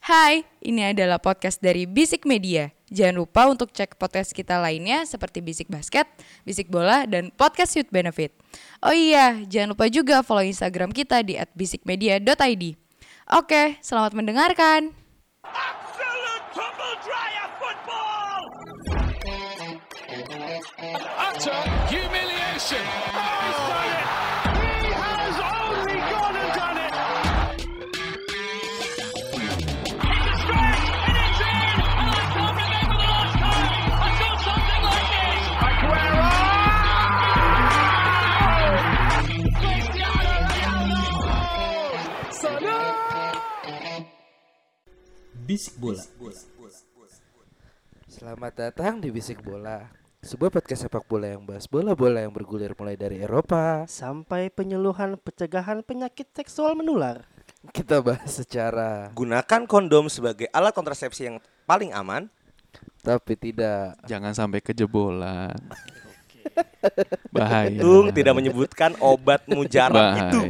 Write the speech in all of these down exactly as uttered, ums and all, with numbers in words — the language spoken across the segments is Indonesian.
Hai, ini adalah podcast dari Bisik Media. Jangan lupa untuk cek podcast kita lainnya seperti Bisik Basket, Bisik Bola, dan Podcast Youth Benefit. Oh iya, jangan lupa juga follow Instagram kita di at bisikmedia dot i d. Oke, selamat mendengarkan. Absolute tumble dryer football! Utter humiliation! Oh, he's done it! He has only gone and done it! It's a stretch, and it's in! And I can't remember the last time I saw something like this! Aguero! Cristiano Ronaldo! Salah! Bisik Bola. Selamat datang di Bisik Bola, sebuah podcast sepak bola yang bahas bola-bola yang bergulir mulai dari Eropa sampai penyuluhan pencegahan penyakit seksual menular. Kita bahas secara, Gunakan kondom sebagai alat kontrasepsi yang paling aman. tapi tidak. Jangan sampai kejebolan. Bahaya. Tung tidak menyebutkan obat mujarab Bahaya. itu.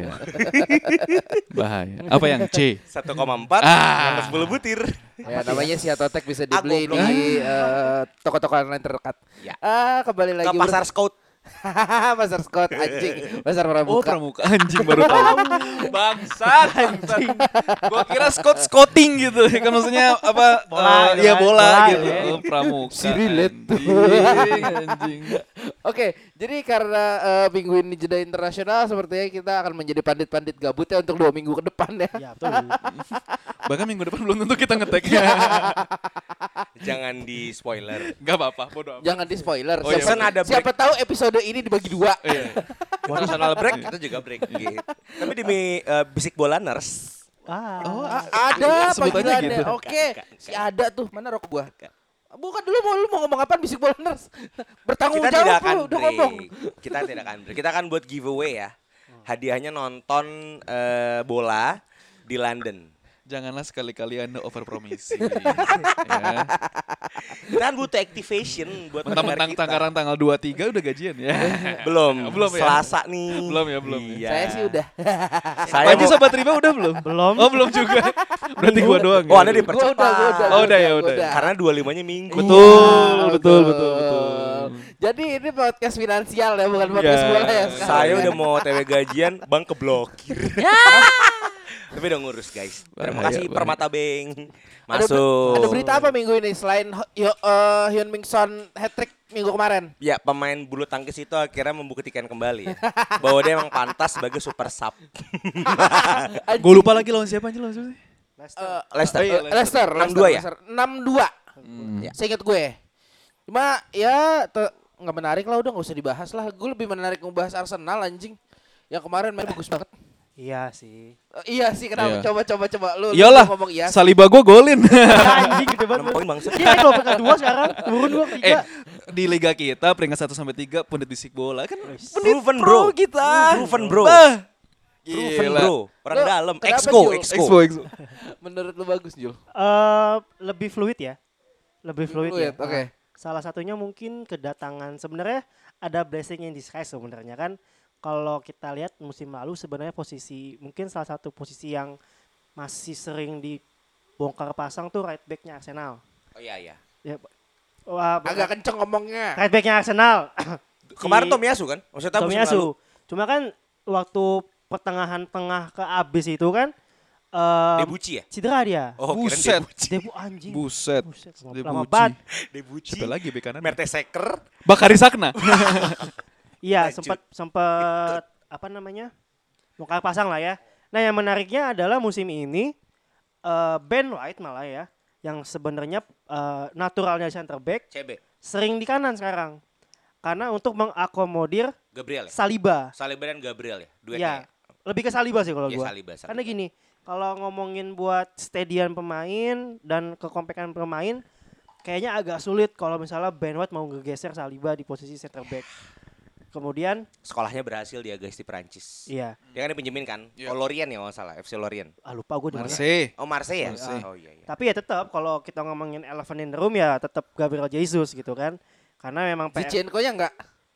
Bahaya. Apa yang C? satu koma empat Ah. yang ke sepuluh butir. Ya, namanya Siatotek bisa Ah, dibeli goblok. di eh, toko-toko online terdekat. Ya. Ah, kembali lagi Ke pasar Scout. Pasar Scott anjing, pasar Oh, pramuka. pramuka anjing baru tahu. Bangsat anjing. Gua kira scout scouting gitu. Kan maksudnya apa? Bola, eh, iya kan? bola, Bola, gitu. ya. Oh, pramuka. Si relate tuh. Anjing, anjing. Oke, jadi karena eh, minggu ini jeda internasional, sepertinya kita akan menjadi pandit-pandit gabut ya untuk dua minggu ke depan ya. Ya betul. Bahkan minggu depan belum tentu kita ngetek. Jangan di spoiler. Enggak apa-apa, bodo amat. Jangan di spoiler. Oh, iya, siapa, bener. Ada break. siapa tahu episode ini dibagi dua. Iya. International break kita juga break. Gitu. Tapi demi uh, Bisik Bolaners. Ah. Oh, Ah, ada sebutannya panggilannya. gitu. Oke, si ada tuh. Mana rokok gua? Bukan dulu mau lu mau ngomong apaan Bisik Bolaners? Bertanggung Kita jawab tidak akan lu, udah ngomong. break. Kita tidak akan break. Kita akan buat giveaway ya. Hadiahnya nonton uh, bola di London. janganlah sekali-kali Anda overpromising. Ya. Kita kan butuh activation buat Mentang-mentang pendengar kita. tanggaran tanggal dua puluh tiga udah gajian ya. Belum, Belum ya? Selasa nih. Belum ya, belum ya. Iya. Saya sih udah. Saya Panji mau- sobat Riba udah belum? Belum. Oh, belum juga. Berarti gua doang. Oh, ya? Anda Gua dipercepat. udah, gua udah. Oh, udah ya, gua udah. Karena dua puluh limanya minggu. Betul, Iya, betul, betul, betul. Jadi ini podcast finansial ya, bukan podcast Ya. bola ya. sekarang Saya ya. udah mau O T W gajian, Bang keblokir. Tapi udah ngurus guys. Terima Bahaya, kasih bahaya. Permata Bank. Ada, ber- Masuk. ada berita apa minggu ini selain Ho- Yo, eh, Hyun Min Son hat-trick minggu kemarin? Ya, pemain bulu tangkis itu akhirnya membuktikan kembali ya, bahwa dia emang pantas sebagai super sub. Gue lupa lagi lawan siapa aja lawan siapa sih? Eh, Leicester. Oh iya, Eh, Leicester, enam dua ya? enam dua. Hmm. Ya. Seingat gue. Cuma ya te- nggak menarik lah, udah nggak usah dibahas lah. Gue lebih menarik ngebahas Arsenal anjing. Yang kemarin main bagus banget. Iya sih. Eh, iya sih, kenapa? Iya. Coba coba coba lu, lu Iyalah, ngomong iya. Saliba gue golin. Anjing gede banget. enam poin bangsa. Iya, lo peringkat dua sekarang. Turun gua eh, ketiga. di liga kita peringkat satu sampai tiga Pundit Bisik Bola kan Proven pro bro. kita. Proven bro. Bah. Proven Gila. bro. Orang Lu dalam. kenapa, Exco, Jul? exco. Expo, expo. Menurut lu bagus, Jul? Eh, lebih fluid ya. Lebih fluid, Fluid, ya. oke. Nah, salah satunya mungkin kedatangan sebenarnya ada blessing in disguise sebenarnya kan. Kalau kita lihat musim lalu sebenarnya posisi mungkin salah satu posisi yang masih sering dibongkar pasang tuh right back-nya Arsenal. Oh iya iya. Ya, wah, Agak kenceng ngomongnya. right back-nya Arsenal. Kemarin Di- Tomiyasu kan? Maksudnya musim lalu. Tomiyasu. Cuma kan waktu pertengahan tengah ke abis itu kan eh Debuchy ya? cedera dia. Oh, kirain Buset. Debuchy. Debu anjing. Buset. Buset, Debuchy. lama banget. Debuchy. Siapa lagi bek kanan? Mertesacker. Bakari Sakna. Iya, Lanjut. sempat sempat apa namanya? Bongkar pasang lah ya. Nah, yang menariknya adalah musim ini eh Ben White malah ya, yang sebenarnya eh, naturalnya center back C B. sering di kanan sekarang. Karena untuk mengakomodir Gabriel ya? Saliba. Saliba dan Gabriel ya? Duetnya Iya. Lebih ke Saliba sih kalau ya? Iya, gua. Saliba, Saliba. Karena gini, kalau ngomongin buat steadian pemain dan kekompekan pemain, kayaknya agak sulit kalau misalnya Ben White mau ngegeser Saliba di posisi center back. Kemudian, Sekolahnya berhasil dia guys di Perancis. iya, Dia kan dipinjemin kan? Iya. Oh, Lorient ya kalau nggak salah, F C Lorient. ah lupa gue di mana. Marseille. Oh, Marseille ya? Marseille. Oh iya iya. Tapi ya tetap kalau kita ngomongin elephant in the room ya tetap Gabriel Jesus gitu kan. Karena memang P R Zinchenko nya enggak?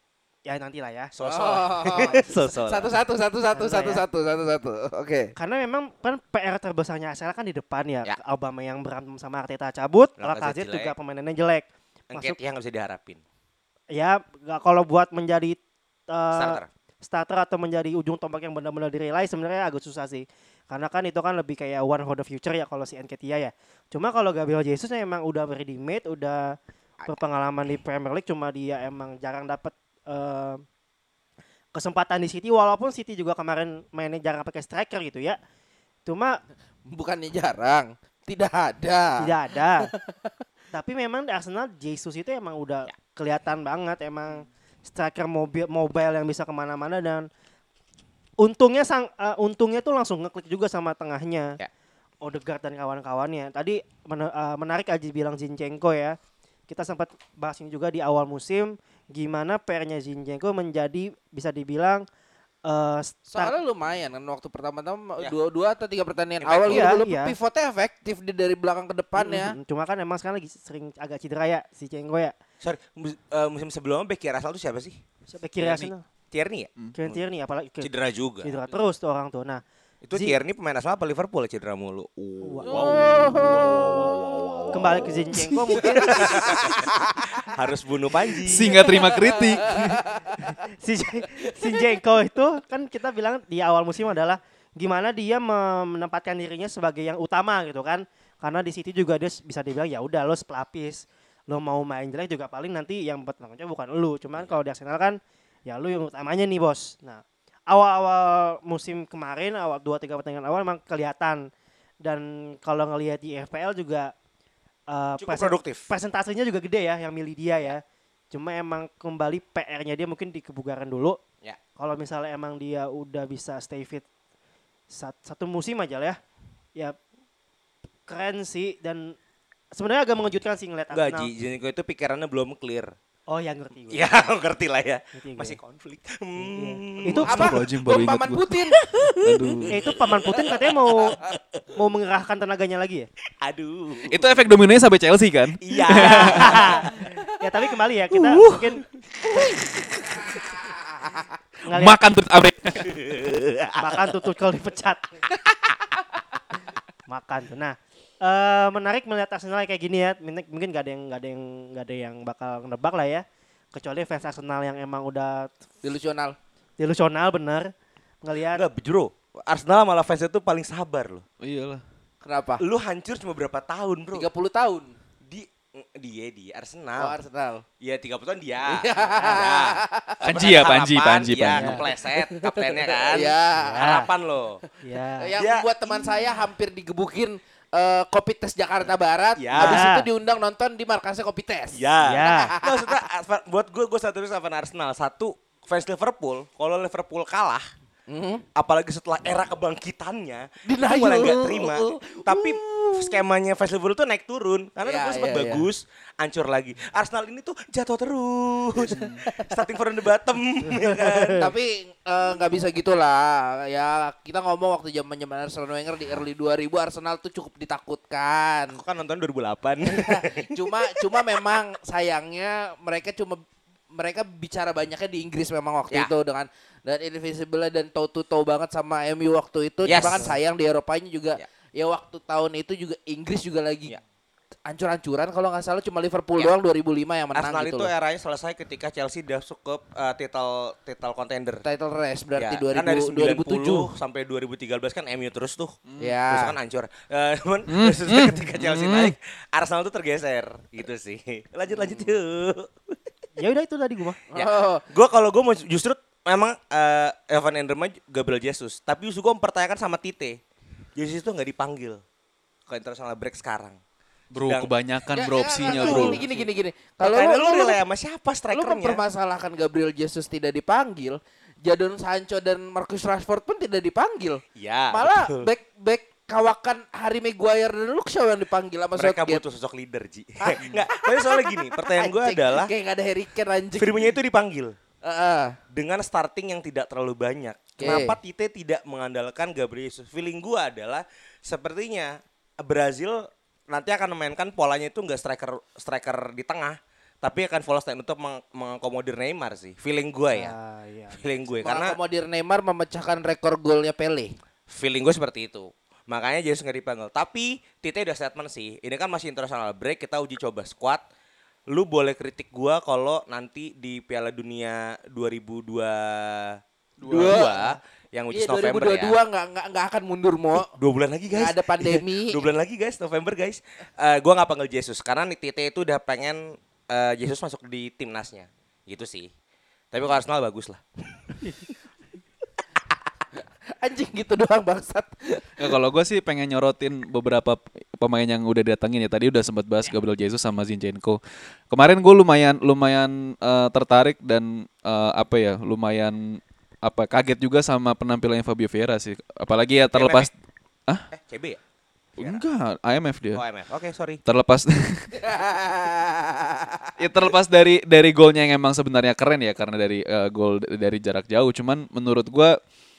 ya nantilah ya. Sosok. Oh. Sosok. Satu-satu, satu-satu, Santai ya. satu-satu, satu-satu. Oke. Karena memang kan P R terbesarnya Arsenal kan di depan ya. Ya. Obama yang berantem sama Arteta cabut, Lacazette Lacazette juga jelek. pemainannya jelek. Masuk Enketia nggak bisa diharapin. ya nggak kalau buat menjadi uh, Starter. starter atau menjadi ujung tombak yang benar-benar direlay sebenarnya agak susah sih. Karena kan itu kan lebih kayak one for the future ya kalau si Nketiah ya. Cuma kalau Gabriel Jesus emang udah ready made, udah berpengalaman di Premier League, cuma dia emang jarang dapat uh, kesempatan di City, walaupun City juga kemarin mainnya jarang pakai striker gitu ya. Cuma Bukannya jarang, tidak ada. tidak ada. Tapi memang di Arsenal Jesus itu emang udah kelihatan banget emang striker mobil mobile yang bisa kemana-mana dan untungnya sang uh, untungnya tuh langsung ngeklik juga sama tengahnya. Ya. Odegaard dan kawan-kawannya. Tadi men- uh, menarik Aji bilang Zinchenko ya. Kita sempat bahas ini juga di awal musim gimana P R-nya Zinchenko menjadi bisa dibilang uh, start Soalnya lumayan kan waktu pertama-tama Ya. dua dua atau tiga pertandingan Impact. awal Iya, gitu iya. pivotnya efektif di dari belakang ke depan ya. Mm, cuma kan emang sekarang lagi sering agak cedera ya si Zinchenko ya. Sorry, mus- eh, musim sebelumnya bek kiri Arsenal tuh siapa sih? Siapa kiri Tierney. Arsenal? Tierney ya? Kieran Tierney apalagi ke- Cedera juga. cedera terus tuh orang tuh. Nah, Itu Zi- Tierney pemain Arsenal apa Liverpool cedera mulu. Uh. kembali ke Zinchenko mungkin Harus bunuh Panji. Si nggak terima kritik. si Zinchenko itu kan kita bilang di awal musim adalah gimana dia mem- menempatkan dirinya sebagai yang utama gitu kan. Karena di City juga dia bisa dibilang ya udah lo pelapis. Lo mau main jelek juga paling nanti yang bertanggung jawab bukan lu. Cuman kalau di Arsenal kan ya lu yang utamanya nih bos. Nah awal-awal musim kemarin awal dua tiga pertandingan awal memang kelihatan dan kalau ngelihat di F P L juga uh, Cukup presen- produktif. Persentasenya juga gede ya yang milih dia ya. Cuma emang kembali P R-nya dia mungkin di kebugaran dulu. Ya. Kalau misalnya emang dia udah bisa stay fit sat- satu musim aja lah ya. Ya keren sih dan sebenarnya agak mengejutkan sih ngeliat Enggak, Arsenal. Ji. Zinchenko itu pikirannya belum clear. Oh ya ngerti gue. Ya, ngerti lah ya. Ngerti gue. Masih konflik. Iya. Hmm. Itu Apa? Astagfirullahaladzim, baru Bom ingat Paman gua. Putin. Aduh. eh, itu Paman Putin katanya mau mau mengerahkan tenaganya lagi ya. Aduh. Itu efek dominonya sampai Chelsea kan? Iya. Ya tapi kembali ya kita mungkin ngeliat Makan tuh Amrik. makan tutut kalau dipecat. Makan tuh. Nah, eh, menarik melihat Arsenal kayak gini ya. Mungkin mungkin gak ada yang gak ada yang gak ada yang bakal nebak lah ya. Kecuali fans Arsenal yang emang udah Delusional. delusional bener ngelihat. Enggak, bro. Arsenal malah fansnya tuh paling sabar loh. Iyalah. Kenapa? Lu hancur cuma berapa tahun, bro? tiga puluh tahun. Di dia di Oh, Arsenal. Arsenal. Iya, tiga puluh tahun dia. Iya. Ya. Panji ya, Panji, Harapan, Panji, ya, Panji. kepleset kaptennya kan. Iya. Harapan lo. Ya. Yang Dia- membuat teman saya hampir digebukin eh, Kopi Tes Jakarta Barat. Ya. Habis itu diundang nonton di markasnya Kopi Tes. Ya. Ya. Nah, maksudnya Arsenal- buat gue gue satu sama Arsenal. Satu fans Liverpool, kalau Liverpool kalah, Mhm. apalagi setelah era kebangkitannya, Denial. itu malah nggak terima. Tapi skemanya fans Liverpool tuh naik turun karena Ya, Liverpool sempat ya, ya. bagus, hancur lagi. Arsenal ini tuh jatuh terus, starting from the bottom. ya kan? Tapi eh, nggak bisa gitulah. Ya kita ngomong waktu zaman zaman Arsene Wenger di early dua ribu Arsenal tuh cukup ditakutkan. Aku kan nonton dua ribu delapan. cuma cuma memang sayangnya mereka cuma mereka bicara banyaknya di Inggris memang waktu Ya. itu dengan dan invisible dan toe to toe banget sama M U waktu itu. Yes. Cuma kan sayang di Eropanya juga Ya. ya waktu tahun itu juga Inggris juga lagi Ya. ancur-ancuran kalau nggak salah cuma Liverpool Ya. doang dua ribu lima yang menang Arsenal gitu itu loh. eranya selesai ketika Chelsea masuk ke uh, title title contender. Title race berarti Ya, dua ribu, kan dari dua ribu tujuh. sembilan puluh sampai dua ribu tiga belas kan M U terus tuh. Ya. Terus kan hancur. Eh, cuman ketika Chelsea naik, Arsenal tuh tergeser gitu sih. Lanjut lanjut yuk. Ya udah itu tadi gua mah. Ya. Oh, Gue kalau gue mau justru memang eh, Evan Enderman Gabriel Jesus, tapi justru gue mempertanyakan sama Tite. Jesus itu nggak dipanggil ke international break sekarang. Bro, Sedang- kebanyakan ya, bro ya, opsinya gini, bro. Gini gini gini gini. Kalau Kalau lu, lu lu, relay sama siapa lu strikernya? mempermasalahkan Gabriel Jesus tidak dipanggil, Jadon Sancho dan Marcus Rashford pun tidak dipanggil. Ya. Malah betul. back back kawakan Harry Maguire dan Luke Shaw yang dipanggil sama mereka Southgate. butuh sosok leader, Ji. Enggak, tapi soalnya gini, pertanyaan gue Anjing, adalah kayak gak ada Harry Kane anjing. Firmino itu dipanggil Heeh. dengan starting yang tidak terlalu banyak. Oke. Kenapa Tite tidak mengandalkan Gabriel Jesus? Feeling gue adalah sepertinya Brazil nanti akan memainkan polanya itu enggak striker striker di tengah, tapi akan follow stand untuk meng- mengakomodir Neymar sih. Feeling gue ya. Ah, iya. Feeling gue karena Mengakomodir Neymar memecahkan rekor golnya Pele. feeling gue seperti itu. Makanya Jesus nggak dipanggil. Tapi Tite udah statement sih. Ini kan masih international break, kita uji coba squad. Lu boleh kritik gue kalau nanti di Piala Dunia dua ribu dua puluh dua yang which is Iya, dua ribu November dua puluh dua ya. nggak nggak nggak akan mundur Mo. Dua bulan lagi guys. Nggak ada pandemi. Dua bulan lagi guys, November guys. Eh gue nggak panggil Jesus karena nih Tite itu udah pengen eh, Jesus masuk di timnasnya. Gitu sih. Tapi kalau Arsenal bagus lah. Anjing gitu doang bangsat. Ya, kalau gue sih pengen nyorotin beberapa p- pemain yang udah datangin ya. Tadi udah sempat bahas Gabriel Jesus sama Zinchenko. Kemarin gue lumayan lumayan eh, tertarik dan eh, apa ya lumayan apa kaget juga sama penampilannya Fabio Vieira sih. Apalagi ya terlepas Eh C B ya? enggak I M F dia. Oh I M F. Oke sorry. Terlepas ya terlepas dari dari golnya yang emang sebenarnya keren ya karena dari eh, gol d- dari jarak jauh. Cuman menurut gua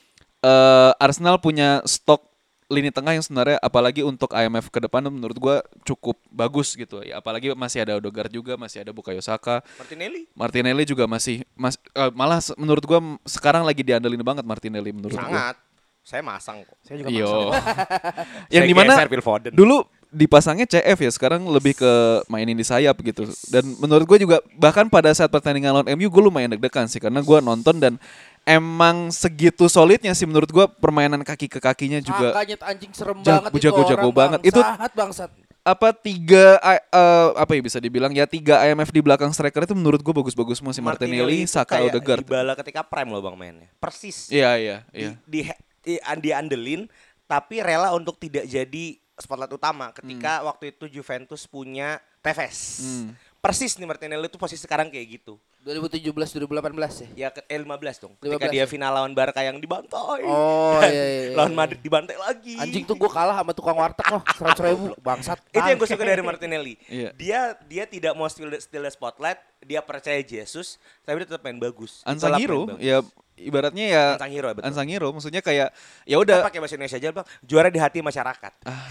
eh, Arsenal punya stok lini tengah yang sebenarnya apalagi untuk I M F ke depan menurut gua cukup bagus gitu ya. Apalagi masih ada Odegaard juga, masih ada Bukayo Saka, Martinelli. Martinelli juga masih mas, eh, malah se- menurut gua m- sekarang lagi diandelin banget Martinelli menurut gua. Sangat. Saya masang kok. Saya juga Yo. masang. Yang Saya dimana geser Phil Foden. dulu dipasangnya C F ya, sekarang lebih ke mainin di sayap gitu. Dan menurut gue juga bahkan pada saat pertandingan lawan M U gue lumayan deg-degan sih karena gue nonton dan emang segitu solidnya sih menurut gue permainan kaki ke kakinya juga. Makanya anjing serem Jago- banget itu jago-jago orang, banget. Itu- bangsat, bangsat. Apa tiga I- eh, apa ya bisa dibilang ya tiga I M F di belakang striker itu menurut gue bagus-bagus semua si Martinelli, itu Saka, kayak Odegaard. Dybala ketika prime loh bang mainnya. Persis. Iya iya iya. Di, di, di diandelin tapi rela untuk tidak jadi spotlight utama ketika waktu itu Juventus punya Tevez. Hmm. Persis nih Martinelli itu posisi sekarang kayak gitu. dua ribu tujuh belas dua ribu delapan belas ya. Ya ke eh, lima belas dong. Ketika lima belas dia ya? final lawan Barca yang dibantai. Oh Dan iya, iya, iya. lawan Madrid dibantai lagi. Anjing tuh gue kalah sama tukang warteg loh, seratus ribu bangsat. Itu yang gue suka dari Martinelli. Iya. Dia dia tidak mau steal the, steal the spotlight, dia percaya Jesus, tapi dia tetap main bagus. Unsung Itulah hero main bagus. ya ibaratnya ya Unsung hero, betul. unsung hero maksudnya kayak ya Kita udah pakai bahasa Indonesia aja bang, juara di hati masyarakat. Ah,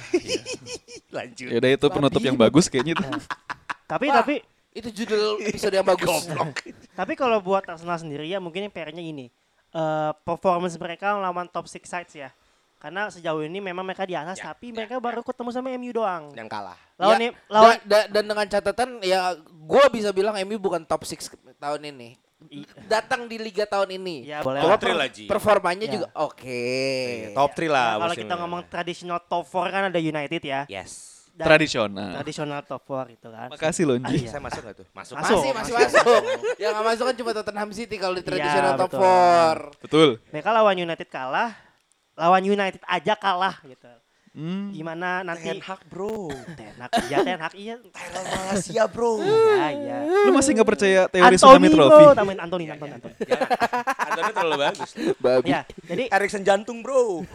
Lanjut. ya udah itu penutup yang bagus kayaknya itu. Tapi Wah. tapi Itu judul episode yang bagus. tapi kalau buat Arsenal sendiri ya mungkin P R-nya gini. Eh performance mereka melawan top six sides ya. Karena sejauh ini memang mereka di atas Ya, tapi ya, mereka baru ketemu sama M U doang. Yang kalah. Lawan Ya, M- lawan da- da- dan dengan catatan ya gue bisa bilang M U bukan top enam tahun ini. I- Datang di liga tahun ini. Ya, boleh Cuma lah. Top three lah, Ji. performanya Ya. juga oke. Iya, top three lah. Nah, kalau musim kita ini. ngomong tradisional top four kan ada United ya. Yes. Dan Tradisional. tradisional top four gitu kan. Makasih loh Ah, Nji. iya. Saya masuk gak tuh? Masuk. Masuk. Masih masih masuk. Yang nggak masuk kan cuma Tottenham City kalau di Iya, tradisional top betul. four. Betul. Mereka lawan United kalah. Lawan United aja kalah gitu. Hmm. Gimana nanti Ten Hag bro. Ten Hag, iya Ten Hag iya. Thailand Malaysia bro. Iya, iya. Lu masih nggak percaya teori tsunami Anthony trophy? bro, tambahin Anthony, Anthony, Anthony. Antoni terlalu bagus. Babi. Ya, jadi Erikson jantung bro.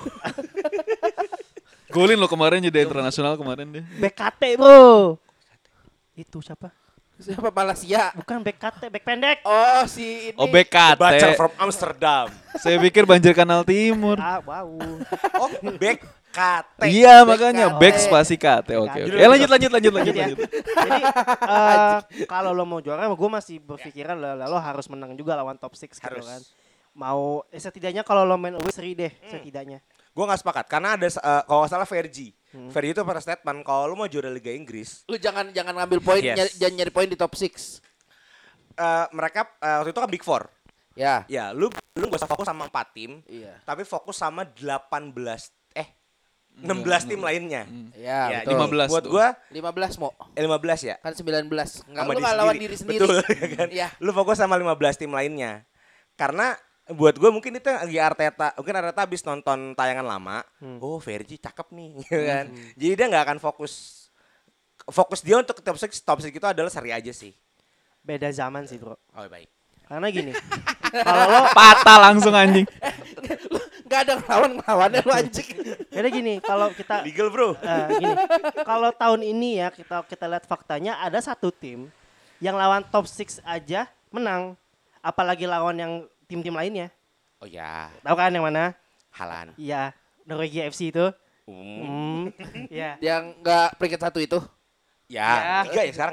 Golin lo kemarin jadi internasional kemarin dia. B K T bro. Itu siapa? Siapa Malaysia? Bukan B K T, back pendek. Oh si ini. Oh B K T. Baca from Amsterdam. Saya pikir Banjir Kanal Timur. Ah, wow. Oh, back K T. Iya Back makanya K T. back spasi K T. Oke oke. Jadi Eh lanjut lanjut lanjut lanjut Jadi ya, lanjut. jadi eh, kalau lo mau juara, gue masih berpikiran lo, lo harus menang juga lawan top six gitu Harus. kan. Mau eh, setidaknya kalau lo main away seri deh, setidaknya. Gue gak sepakat karena ada uh, kalau nggak salah Fergie. Fergie itu pada statement kalau lu mau juara Liga Inggris, Lu jangan jangan ngambil poin, Yes. nyari, jangan nyari poin di top enam. uh, mereka uh, waktu itu kan Big Four. Ya. Ya, lu lu gak usah fokus sama empat tim, Iya. tapi fokus sama delapan belas eh enam belas tim lainnya. Ya, Ya, betul. lima belas Buat tuh. gua lima belas mau. eh, lima belas ya. Kan sembilan belas. Enggak Sama lu diri nggak lawan sendiri. diri sendiri. Betul, ya kan? Iya. Lu fokus sama lima belas tim lainnya. Karena buat gue mungkin itu lagi Arteta, mungkin Arteta habis nonton tayangan lama, oh Fergie cakep nih, gitu kan. Jadi dia nggak akan fokus, fokus dia untuk top six, top six itu adalah seri aja sih. Beda zaman sih bro. Oh baik. Karena gini, kalau lo Patah langsung anjing. Enggak ada ngelawan ngelawannya lu anjing. jadi gini, kalau kita Legal bro. eh, gini, kalau tahun ini ya kita kita lihat faktanya ada satu tim yang lawan top six aja menang, apalagi lawan yang tim-tim lainnya. Oh ya, Tahu kan yang mana? Halan. Iya, Norwegia F C itu. Hmm. Hmm, ya. Yang enggak peringkat satu itu. Ya, Ya. tiga ya sekarang ya.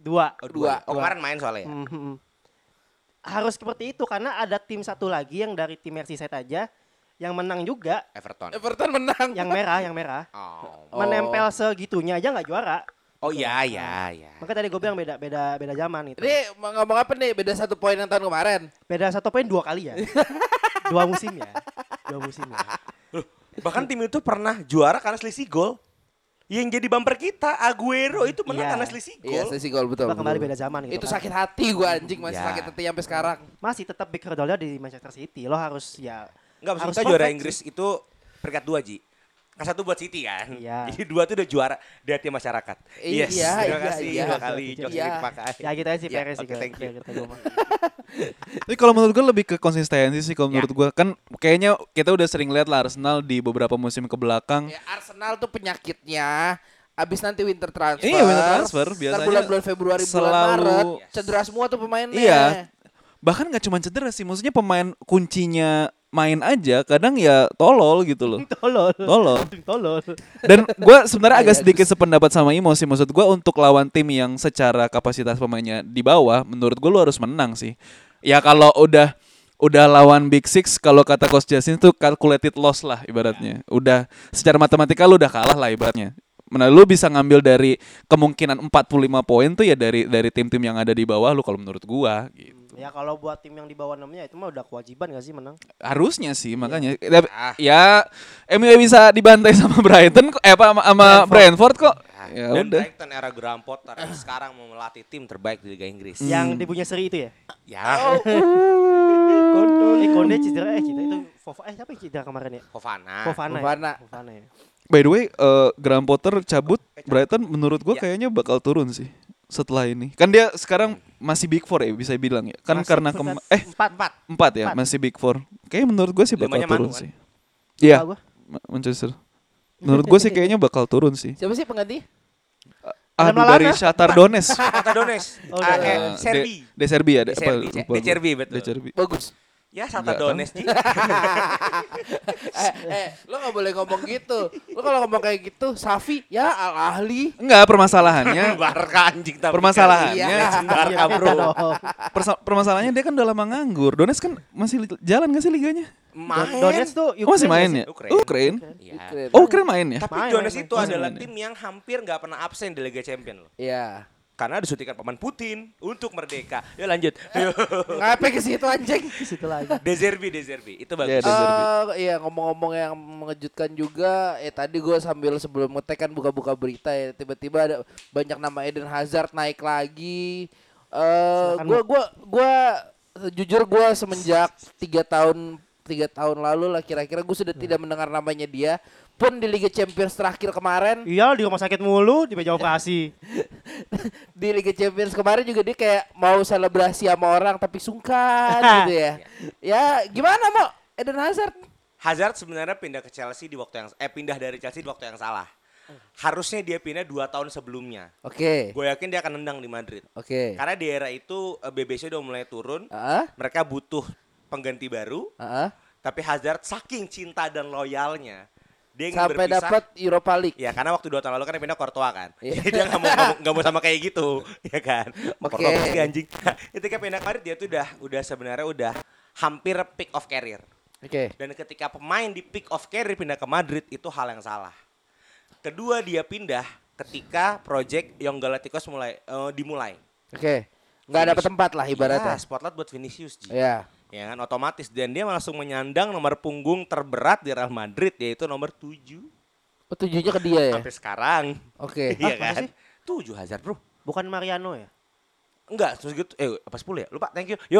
Dua. Oh, dua. Dua. Oh, kemarin main soalnya. ya? Mhm. Harus seperti itu karena ada tim satu lagi yang dari tim Merseyside aja yang menang juga, Everton. Everton menang. yang merah, yang merah. Oh. Oh. Menempel segitunya aja nggak juara. Oh iya iya iya. Maka tadi gue bilang beda beda beda zaman itu. Ini mau ngomong apa nih? Beda satu poin yang tahun kemarin. Beda satu poin dua kali ya. Dua musim ya. Dua musim ya. Bahkan tim itu pernah juara karena selisih gol. Yang jadi bumper kita Aguero itu menang Iya. karena selisih Iya, gol. selisih gol betul. Coba kembali betul. beda zaman gitu. Itu kan. sakit hati gua anjing, masih Ya. sakit hati sampai sekarang. Masih tetap big hurdle di Manchester City. Lo harus ya Enggak, maksud harus kita juara perfect Inggris sih. itu peringkat dua, Ji. Kan satu buat City kan. Iya. Jadi dua tuh udah juara di hati masyarakat. Iya, Yes, terima iya, kasih iya. dua kali Iya. jokes ini dipakai. Ya gitu aja sih Ya, Perez sih. oke, kalau- thank you. kalau kata gua mah. Tapi kalau menurut gue lebih ke konsistensi sih kalau Ya. menurut gue. Kan kayaknya kita udah sering lihat lah Arsenal di beberapa musim ke belakang. Ya, Arsenal tuh penyakitnya abis nanti winter transfer. Iya, winter transfer, ntar biasanya bulan-bulan Februari, bulan selalu- Maret cedera semua tuh pemainnya. Iya. Bahkan gak cuma cedera sih, maksudnya pemain kuncinya main aja kadang ya tolol gitu loh. Tolol. Tolol. Tolol. Dan gue sebenarnya agak Iya, sedikit sependapat sama Imo sih. Maksud gue untuk lawan tim yang secara kapasitas pemainnya di bawah, menurut gue lu harus menang sih. Ya kalau udah udah lawan Big Six, kalau kata Coach Justin tuh calculated loss lah ibaratnya. Udah secara matematika lu udah kalah lah ibaratnya. Mana lu bisa ngambil dari kemungkinan empat puluh lima poin tuh ya dari dari tim-tim yang ada di bawah lu kalau menurut gua gitu. Ya kalau buat tim yang di bawah enamnya itu mah udah kewajiban gak sih menang? Harusnya sih makanya Tapi, ya M U bisa dibantai sama Brighton kok eh apa sama, sama Brentford kok. Ya Dan udah. Brighton era Graham Potter yang sekarang mau melatih tim terbaik di Liga Inggris. Yang di punya seri itu ya? Ya, Konde, eh Konde cedera eh cedera itu Fofana eh siapa yang cedera kemarin ya? Fofana. Fofana. Fofana. Ya? Fofana ya. By the way, eh, Graham Potter cabut, Brighton menurut gua Ya. kayaknya bakal turun sih setelah ini. Kan dia sekarang masih Big Four ya bisa bilang ya. Kan Masih karena peringkat kem- eh empat empat. empat ya, Empat. masih Big Four. Kayaknya menurut gua sih bakal Limanya turun Manu, kan? sih. Iya, Lupa gua. Ma- Manchester. Menurut gua sih kayaknya bakal turun sih. Siapa sih pengganti? Aduh Lalana? dari Shakhtar Donetsk. Kata Dones. Oh, Ah, udah. eh, Eh, Serbi. De, De Serbi ya, De apa, Serbi, lupa De gua. Cerbi, betul. De Cerbi. Bagus. Ya, Shakhtar Nggak tahu. Donetsk, Ji. eh, eh, lo gak boleh ngomong gitu. Lo kalau ngomong kayak gitu, Safi, ya Al Ahli. Enggak, permasalahannya Barca anjing tapi. Permasalahannya- Iya. Legend Barca, Iya, bro. beda dong. persa- permasalahannya dia kan udah lama nganggur. Donetsk kan masih li- jalan gak sih liganya? Main. Donetsk tuh Oh, masih Ukraine main nggak ya? sih? Ukraine. Ukraine. Iya. Keren. Oh, keren main ya? Tapi Main, Donetsk main, itu main. adalah Main, tim yang hampir nggak pernah absen di Liga Champions loh. Iya. Karena disuntikan paman Putin untuk merdeka. Yuk lanjut. Yuk. Ngapain ke situ anjing? Di situ lagi. Deserbi, Deserbi. Itu Ya, bagus. De Zerbi. Eh, iya ngomong-ngomong yang mengejutkan juga, eh tadi gue sambil sebelum ngetek kan buka-buka berita ya, tiba-tiba ada banyak nama Eden Hazard naik lagi. Eh, Silakan, gue gua gua jujur gue semenjak tiga tahun tiga tahun lalu lah kira-kira gue sudah tidak mendengar namanya dia pun di Liga Champions terakhir kemarin. Iya di rumah sakit mulu di meja operasi. Di Liga Champions kemarin juga dia kayak mau selebrasi sama orang tapi sungkan gitu ya. Ya gimana mau Eden Hazard? Hazard sebenarnya pindah ke Chelsea di waktu yang eh pindah dari Chelsea di waktu yang salah. Harusnya dia pindah dua tahun sebelumnya. Oke. Gue yakin dia akan nendang di Madrid. Oke. Karena di era itu eh, B B C udah mulai turun. Heeh. Mereka butuh pengganti baru. Heeh. Tapi Hazard saking cinta dan loyalnya, dia ingin Sampai berpisah. dapat Europa League. Ya karena waktu dua tahun lalu kan dia pindah Courtois kan. Iya. Jadi dia nggak mau nggak mau- nggak mau sama kayak gitu, ya kan. Oke. Courtois pasti anjing. Ketika pindah ke Madrid dia tuh udah udah sebenarnya udah hampir peak of career. Oke. Dan ketika pemain di peak of career pindah ke Madrid itu hal yang salah. Kedua dia pindah ketika project Young Galacticos mulai eh, dimulai. Oke. Nggak dapat tempat lah ibaratnya. Ya, spotlight buat Vinicius Ji. Iya. Ya kan otomatis dan dia langsung menyandang nomor punggung terberat di Real Madrid yaitu nomor tujuh Oh, tujuhnya ke dia ya. sampai sekarang. Oke. Iya Ah, masa kan? sih? tujuh Hazard, Bro. Bukan Mariano ya? Enggak, terus gitu eh apa sepuluh ya? Lupa, thank you. Yuk.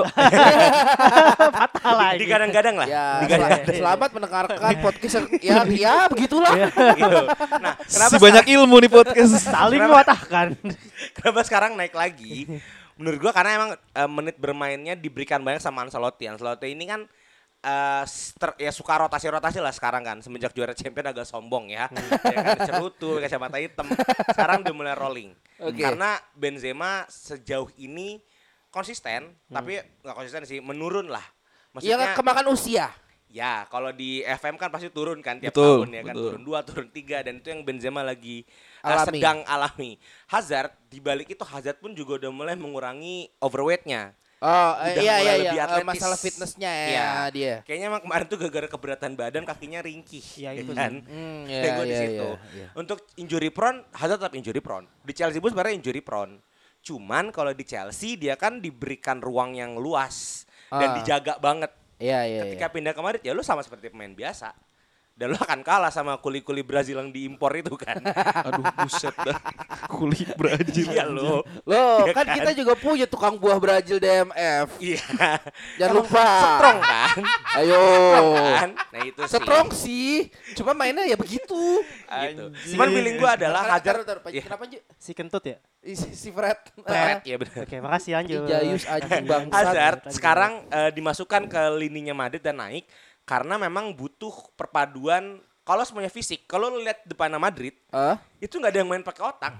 Patah lagi. Digadang-gadang lah. Ya, Digadang-gadang. sel- selamat mendengarkan podcast yang- ya ya begitulah. gitu. Nah, kenapa Si banyak ilmu nih podcast. Saling Kenapa? mematahkan. Kenapa sekarang naik lagi? Menurut gua karena emang eh, menit bermainnya diberikan banyak sama Ancelotti. Ancelotti ini kan eh, ter- ya suka rotasi-rotasi lah sekarang kan. Semenjak juara champion agak sombong ya. Ya kan cerutu, kacamata hitam. Sekarang udah mulai rolling. Oke. Karena Benzema sejauh ini konsisten, tapi nggak konsisten sih, menurun lah. Ya Maksudnya kemakan usia. Ya, kalau di F M kan pasti turun kan tiap Betul, tahun ya kan, betul. turun dua, turun tiga, dan itu yang Benzema lagi uh, Alami. sedang alami. Hazard di balik itu Hazard pun juga udah mulai mengurangi overweight-nya. Oh Udah iya mulai iya lebih iya, atletis. masalah fitnessnya ya Iya. dia. Kayaknya emang kemarin tuh gara-gara keberatan badan kakinya ringkih. Iya, itu kan. Hmm, Kayak iya, gue di iya, situ. iya, iya. Untuk injury prone, Hazard tetap injury prone. Di Chelsea pun sebenarnya injury prone. Cuman kalau di Chelsea dia kan diberikan ruang yang luas dan Ah. dijaga banget. Iya iya. Ketika iya. pindah ke Madrid ya lu sama seperti pemain biasa. Dan lu akan kalah sama kuli-kuli Brazil yang diimpor itu kan. Aduh buset dah. Kulit Brazil. Iya lo. Loh, Iya kan, kan? kita juga punya tukang buah Brazil D M F. Iya. Jangan lupa. Strong kan? Ayo. Kan? Nah itu sih. Strong sih. Cuma mainnya ya begitu. Gitu. Cuman feeling gua adalah Bentar, Hazard. bentar, bentar. Iya. Kenapa Ju? Si kentut ya. Si, si Fred. Fred, ya benar. Oke, makasih lanjut. Jayus anjing bangsat. Hazard Lanjut. sekarang eh, dimasukkan ke lininya Madrid dan naik karena memang butuh perpaduan. Kalau semuanya fisik, kalau lu lihat depannya Madrid, Hah? itu nggak ada yang main pakai otak.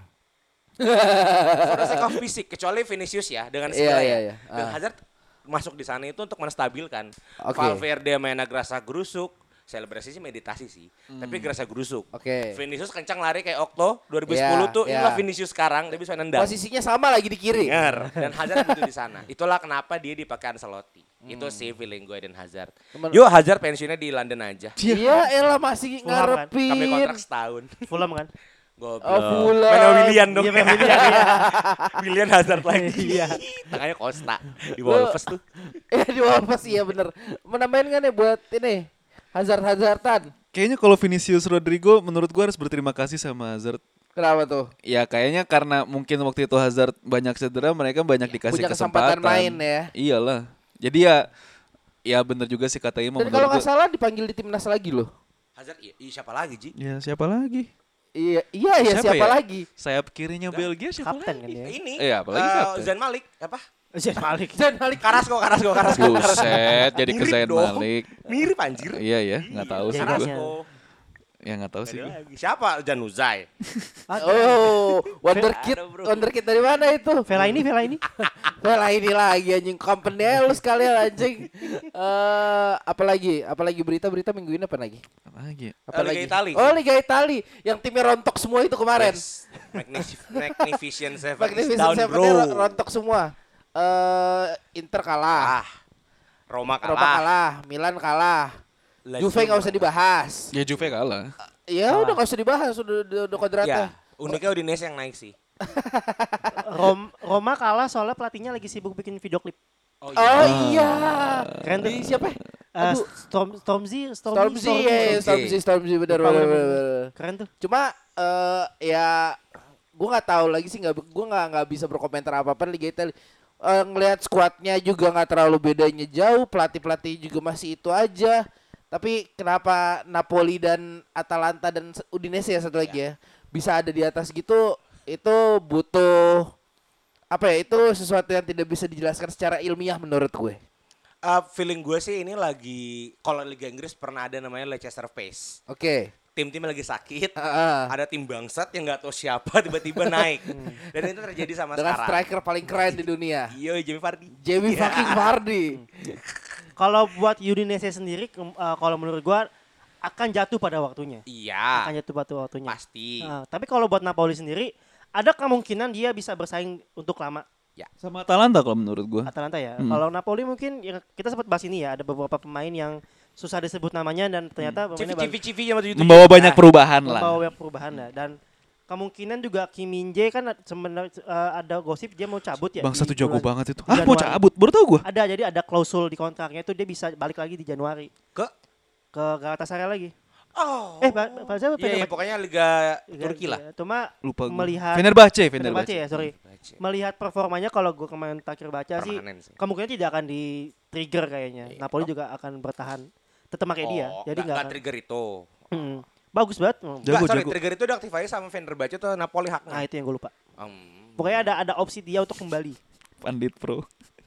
For the sake of fisik, kecuali Vinicius ya dengan Iya, skill iya, ya. iya. Dan Ah. Hazard masuk di sana itu untuk menstabilkan. Oke. Valverde mainnya gerasa gerusuk, selebrasi sih meditasi sih, tapi gerasa gerusuk. Oke. Vinicius kencang lari kayak Okto dua ribu sepuluh Iya, tuh, iya. inilah Vinicius sekarang, dia bisa nendang. Posisinya sama lagi di kiri. Dengar. Dan Hazard butuh di sana. Itulah kenapa dia dipakai Ancelotti. Itu sih feeling gue dan Hazard. Temen- Yuk Hazard pensiunnya di London aja. Iya, elah masih Fulham kan? Kami ngarepin. kontrak setahun. Fulham kan? Goblok. Oh, Fulham. Mana Willian dong. Iya, main Willian, iya. Willian Hazard lagi. Iya. Tangannya Costa di Wolves tuh. Iya di Wolves iya bener. Menambahin kan ya buat ini Hazard-Hazardan. Kayaknya kalau Vinicius Rodrigo menurut gua harus berterima kasih sama Hazard. Kenapa tuh? Ya kayaknya karena mungkin waktu itu Hazard banyak cedera, mereka banyak dikasih Punya kesempatan. kesempatan main ya. Iyalah. Jadi ya ya bener juga sih kata Imam. Dan kalau menurut nggak salah dipanggil di timnas lagi loh. Hazard iya, iya, siapa lagi Ji? gua- Ya siapa lagi? Iya, iya ya siapa, ya? lagi? Sayap kirinya Belgia siapa Kapten kan lagi? dia. Ini. Eh, apalagi eh, kapten. Zain Malik apa? Zain Malik. Dan Malik Carrasco, Carrasco, Carrasco. Buset, jadi ke Mirip Zain dong. Malik. Mirip anjir. Iya ya, nggak tahu sih Carrasco. gua. Carrasco. Ya nggak tahu sih. Ada gua. lagi. Siapa? Januzaj. Oh, wonderkid, Ada, bro. wonderkid dari mana itu? Vela ini, Vela ini. Well ini lagi anjing company lu sekalian anjing. Eh, apalagi? Apalagi berita-berita minggu ini apa lagi? Apa lagi? Apa Eh, Liga lagi? Itali. Oh, Liga Itali yang timnya rontok semua itu kemarin. Yes. Magnific- Magnificent Seven is Magnificent down Seven-nya bro. ro- rontok semua. Eh, Inter kalah, Ah. Roma kalah. Roma kalah, Milan kalah. Lazio Juve nggak usah kalah. dibahas. Ya Juve kalah. Ya udah nggak usah dibahas, udah udah, udah kodratnya. Ya, uniknya Udinese yang naik sih. Rom, Roma kalah soalnya pelatihnya lagi sibuk bikin video klip. Oh Oh iya. Keren tuh. Di siapa? ya? Eh, Aduh. Storm, Stormzy, Stormzy, Stormzy, ya, ya, Stormzy, Stormzy, benar, Lupa benar, gue benar, namanya. benar. Keren tuh. Cuma eh ya gue nggak tahu lagi sih, nggak gue nggak nggak bisa berkomentar apa apa Liga Italia. Eh, ngelihat skuadnya juga nggak terlalu bedanya jauh, pelatih pelatih juga masih itu aja. Tapi kenapa Napoli dan Atalanta dan Udinese ya satu lagi ya bisa ada di atas gitu? Itu butuh apa ya? Itu sesuatu yang tidak bisa dijelaskan secara ilmiah menurut gue. Uh, feeling gue sih ini lagi kalau Liga Inggris pernah ada namanya Leicester Pace. Oke. Tim-tim lagi sakit, Ah, ah. ada tim bangsat yang nggak tahu siapa tiba-tiba naik. Dan itu terjadi sama Dengan sekarang. striker paling keren di dunia, Iya, Jamie Vardy. Jamie Iya. fucking Vardy. Kalau buat Udinese sendiri, ke- eh, kalau menurut gua akan jatuh pada waktunya. Iya, Akan jatuh pada waktunya. pasti. Nah, tapi kalau buat Napoli sendiri, ada kemungkinan dia bisa bersaing untuk lama Sama Atalanta kalau menurut gua. Atalanta ya. Hmm. Kalau Napoli mungkin ya kita sempat bahas ini ya, ada beberapa pemain yang susah disebut namanya dan ternyata pemainnya bagus. Civi-civi sama tujuh tujuh. Membawa banyak Nah, perubahan lah. Membawa banyak perubahan ya. Dan kemungkinan juga Kim Min Jae kan sebenarnya eh, ada gosip dia mau cabut ya. Bang di satu jago bulan- banget itu. di Ah, mau Januari. cabut. Baru tau gua. Ada, jadi ada klausul di kontraknya itu dia bisa balik lagi di Januari Ke? ke Galatasaray lagi. Oh. Eh, Pak Pak siapa? Iya, iya, pokoknya Liga Turki lah. Cuma Lupa gua. melihat Fenerbahce, Fenerbahce Fenerbahce. ya, sorry. Melihat performanya kalau gue kemarin terakhir baca sih, Permanen sih. kemungkinan tidak akan di trigger kayaknya. Iya. Napoli juga akan bertahan, tetap pakai dia. Oh, Jadi nggak- nggak nggak akan. trigger itu. Hmm. Bagus banget. Jago, Nggak, sorry, jago. trigger itu diaktif aja sama Fenerbahce tuh Napoli Nah haknya. itu yang gue lupa. Um, Pokoknya ada ada opsi dia untuk kembali. Pandit Pro.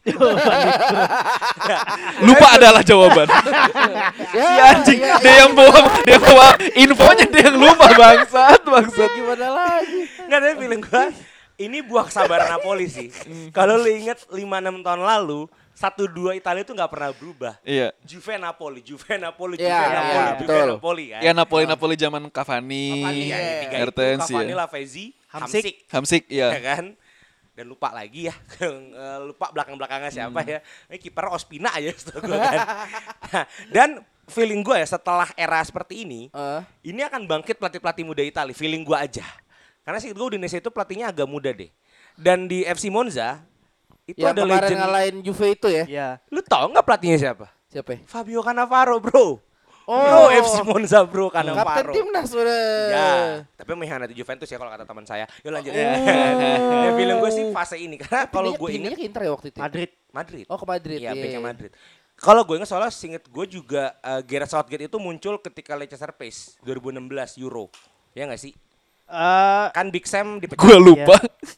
Lupa adalah jawaban. Ya, Si anjing, ya, dia yang bawa, dia bawa infonya, dia yang lupa bangsat, bangsat. gimana lagi? Nggak, tapi feeling gua ini buah kesabaran Napoli sih. Kalau lu inget lima enam tahun lalu, satu dua Italia itu nggak pernah berubah. Iya. Juve Napoli, Juve Napoli, Iya, Juve iya, Napoli, Juve betul. Napoli kan. Ya Napoli-Napoli zaman Cavani, Cavani ya, yang tiga itu, Mertens Cavani, ya. Lavezzi, Hamsik. Hamsik, Hamsik ya ya. kan. Dan lupa lagi ya, Eh, lupa belakang-belakangnya siapa ya. Ini kiper Ospina aja setahu gue kan. Nah, dan feeling gue ya setelah era seperti ini, Eh. ini akan bangkit pelatih-pelatih muda Italia, feeling gue aja. Karena sih gue Udinese itu pelatihnya agak muda deh. Dan di F C Monza itu Yang ada kemarin legend. ngalahin Juve itu ya. Iya. Lu tau nggak pelatihnya siapa? Siapa ya? Fabio Cannavaro, bro. Oh. Bro, F C Monza, bro, Kapten Cannavaro. timnas udah. Ya, tapi mengkhianati Juventus ya kalau kata teman saya. Yuk lanjut. Oh. Ya, feeling gue sih fase ini karena kalau gue Pindah ingat ke Inter ya waktu itu. ya? Madrid. Madrid. Oh ke Madrid. Iya, iya. backnya Madrid. Kalau gue ingat soalnya singet gue juga uh, Gareth Southgate itu muncul ketika Leicester Pace dua ribu enam belas Euro. Ya nggak sih? Eh, Kan Big Sam dipecat. Gue lupa.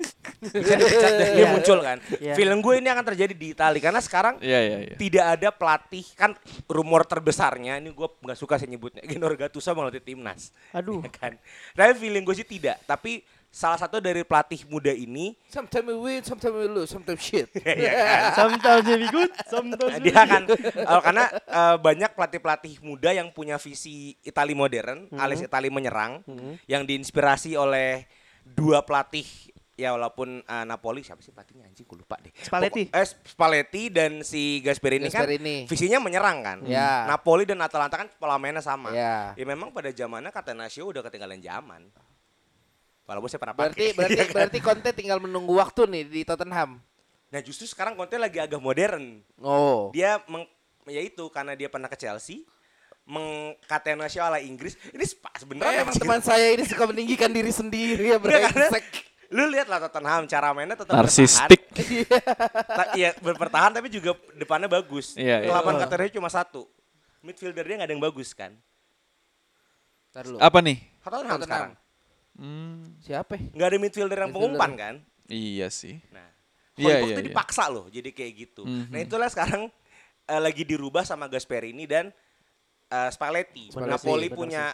Big Sam dipecat dan dia Iya. muncul kan. Iya. Feeling gue ini akan terjadi di Italia karena sekarang Iya iya iya. tidak ada pelatih kan rumor terbesarnya ini gue nggak suka sih nyebutnya Gennaro Gattuso mau ngelatih timnas. aduh. Ya kan. Tapi feeling gue sih tidak. Tapi salah satu dari pelatih muda ini Sometimes we win, sometimes we lose, sometimes shit. ya kan. Sometimes we good, sometimes we Dia kan eh, karena eh, banyak pelatih-pelatih muda yang punya visi Itali modern, alias Itali menyerang, yang diinspirasi oleh dua pelatih ya walaupun eh, Napoli siapa sih pelatihnya anjing gue lupa deh. Spalletti. Pokok- eh, Spalletti dan si Gasperini, Gasperini. kan visinya menyerang kan. Ya. Napoli dan Atalanta kan pola mainnya sama. Ya. Ya memang pada zamannya Catenaccio udah ketinggalan zaman. Walaupun saya pernah Berarti pakai. berarti Ya kan? berarti Conte tinggal menunggu waktu nih di Tottenham. Nah justru sekarang Conte lagi agak modern. Oh. Dia meng, ya itu karena dia pernah ke Chelsea mengkatenasi ala Inggris ini spa- sebenarnya Emang teman saya ini suka meninggikan diri sendiri ya Enggak, karena brengsek. lu lihat lah Tottenham cara mainnya tetap Narsistik. bertahan. Ta- Iya berpertahan tapi juga depannya bagus. Iya, iya. Kelapan Catenaccio cuma satu. Midfieldernya nggak ada yang bagus kan? Ntar dulu. Apa nih? Tottenham Tottenham. sekarang Hmm, Siapa? ya? nggak ada midfielder yang Midfielder. pengumpan kan? iya sih. Nah, Iya, Hojbjerg iya, tuh iya. dipaksa loh jadi kayak gitu. Mhm. Nah itulah sekarang eh, lagi dirubah sama Gasperini dan eh, Spalletti. Spalletti, Napoli benar punya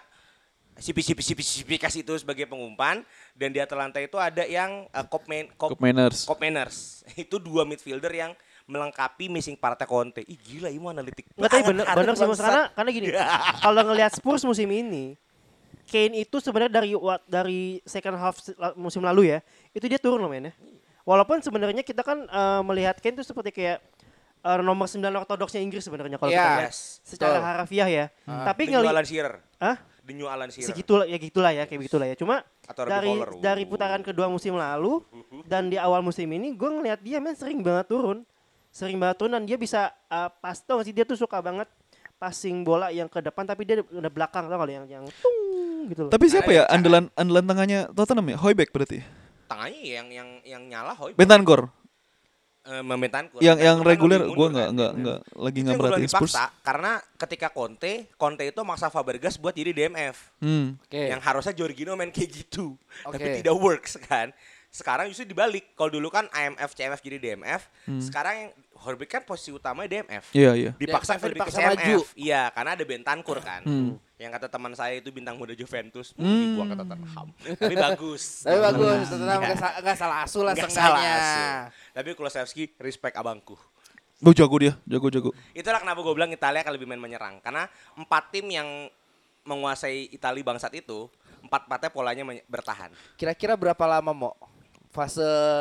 sipi-sipi-sipi-sipi sebagai pengumpan dan di Atalanta itu ada yang uh, Cop, Man, Cop, Cup Manners. Cop Manners. Itu dua midfielder yang melengkapi missing partnya Conte. Ih gila ini analitik. Nggak, tapi bener, banget, bener sih Mas, bangsat. karena, karena gini, kalau ngelihat Spurs musim ini, Kane itu sebenarnya dari wa- dari second half se- la- musim lalu ya, itu dia turun loh mainnya. Walaupun sebenarnya kita kan eh, melihat Kane itu seperti kayak eh, nomor sembilan ortodoksnya Inggris sebenarnya kalau Iya. kita lihat Yes. secara betul. harfiah ya. Tapi The new ngelihat, Alan Shearer. ah, The new Alan Shearer. segitulah ya gitulah ya kayak begitulah ya. Cuma Atau Robbie dari Fowler. dari putaran kedua musim lalu dan di awal musim ini gue ngelihat dia main sering banget turun, sering banget turun dan dia bisa uh, pas tau gak sih dia tuh suka banget passing bola yang ke depan tapi dia udah belakang tau gak lo, yang yang tung gitu loh. Tapi siapa Ada ya yang andalan andalan tengahnya Tottenham ya? Hojbjerg berarti. Tangannya yang yang yang nyala Hoy. Bentancur. Eh, Membentanku. Yang yang Bentancur kan reguler lebih gua mundur nggak kan. nggak nggak lagi Itu yang nggak gua bilang merhatiin Spurs. dipaksa, karena ketika Conte, Conte itu maksa Fabregas buat jadi D M F. Hmm. Oke. Yang harusnya Jorginho main kayak gitu. Tapi Oke. tidak works kan. Sekarang justru dibalik. Kalau dulu kan I M F, C M F jadi D M F. Sekarang yang Hojbjerg kan posisi utamanya D M F. Iya iya. Dipaksa D M F Federico dipaksa C M F. maju. Iya, karena ada Bentancur kan. Hmm. Yang kata teman saya itu bintang muda Juventus. Hmm. Hmm. Dibuang ke Tottenham. Tapi bagus. Tapi bagus, Tottenham nggak sa- nggak salah asul lah Nggak salah seenggaknya. hasil. Tapi Kulusevski respect abangku. Gue jago dia, jago jago. Itulah kenapa gue bilang Italia akan lebih main menyerang. Karena empat tim yang menguasai Italia bangsat itu, empat-empatnya polanya menye- bertahan. Kira-kira berapa lama mau fase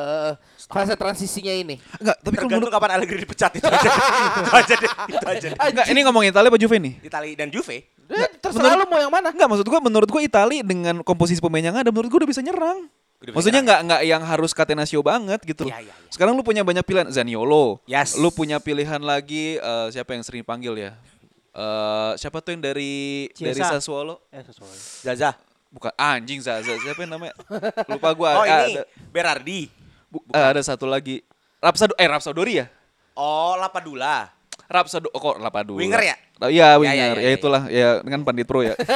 fase transisinya ini? Enggak, tapi kalau Tergantung menurut kapan Allegri dipecat itu aja. itu aja deh. Itu aja deh. enggak, ini ngomongin Italia apa Juve nih? Italia dan Juve. Eh, terserah lu mau yang mana? Enggak, maksud gua menurut gua Italia dengan komposisi pemain yang ada menurut gua udah bisa nyerang. Udah bisa Maksudnya nyerang. nggak nggak yang harus Catenaccio banget gitu. Iya, iya, iya. Sekarang lu punya banyak pilihan Zaniolo. Yes. Lu punya pilihan lagi eh, siapa yang sering panggil ya? Eh, siapa tuh yang dari dari Chiesa. Sassuolo? Eh sesuai. Zaza. Bukan anjing Zaza. Siapa yang namanya? Lupa gua. Oh Ah, ini ada, Berardi. bu- ah, ada satu lagi. Rapsado eh Rapsodori ya? Oh Lapadula. Rapsado oh, kok Lapadula. Winger ya? Oh, iya, Ya, winger. ya, Ya, ya, ya, itulah, ya kan pandit pro ya.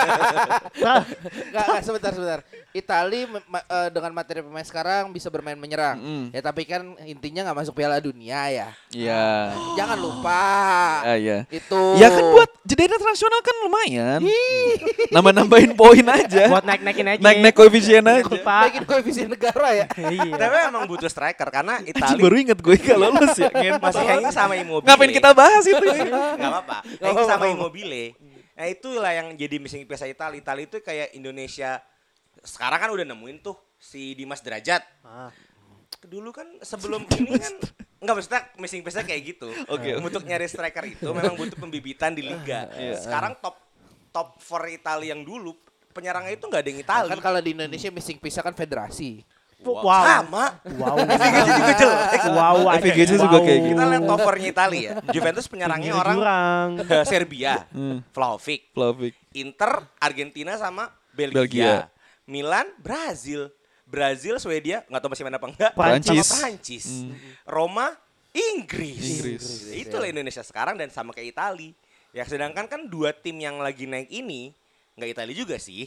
Nggak, nggak, sebentar, sebentar. Itali me- ma- eh, dengan materi pemain sekarang bisa bermain menyerang. Mm-mm. Ya tapi kan intinya nggak masuk Piala Dunia ya. Iya. Jangan lupa. Ya, iya. Itu. Ya kan buat jeda internasional kan lumayan. Nambah-nambahin poin aja. Buat naik-naikin aja. Naik-naik koefisien aja. Lupa. Naikin koefisien negara ya. Iya. Tapi emang butuh striker karena Anjing, Itali baru inget gue gak lolos ya. Ngentot. masih hanging sama Immobile. Ngapain kita bahas itu ya? Nggak apa-apa. Hanging sama Immobile. Nah itulah yang jadi missing piece Itali. Itali itu kayak Indonesia. Sekarang kan udah nemuin tuh si Dimas Derajat. Ah. Dulu kan sebelum ini kan enggak maksudnya missing piece-nya kayak gitu. Oke. Untuk nyari striker itu memang butuh pembibitan di liga. Sekarang top top four Italia yang dulu penyerangnya itu enggak ada yang Itali. Kan kalau di Indonesia missing piece kan federasi. Wow. Sama. Wow. V G C juga jelek. Wow. V G C juga kayak gitu. Kita lihat top four-nya Italia ya. Juventus penyerangnya orang Jurang. Serbia, Hmm. Vlahovic. Flavik. Inter, Argentina sama Belgia. Belgia. Milan, Brazil. Brazil, Swedia, nggak tahu masih main apa enggak. Prancis. Sama Prancis. Roma, Inggris. Inggris. Itulah Indonesia sekarang dan sama kayak Itali. Ya sedangkan kan dua tim yang lagi naik ini nggak Itali juga sih.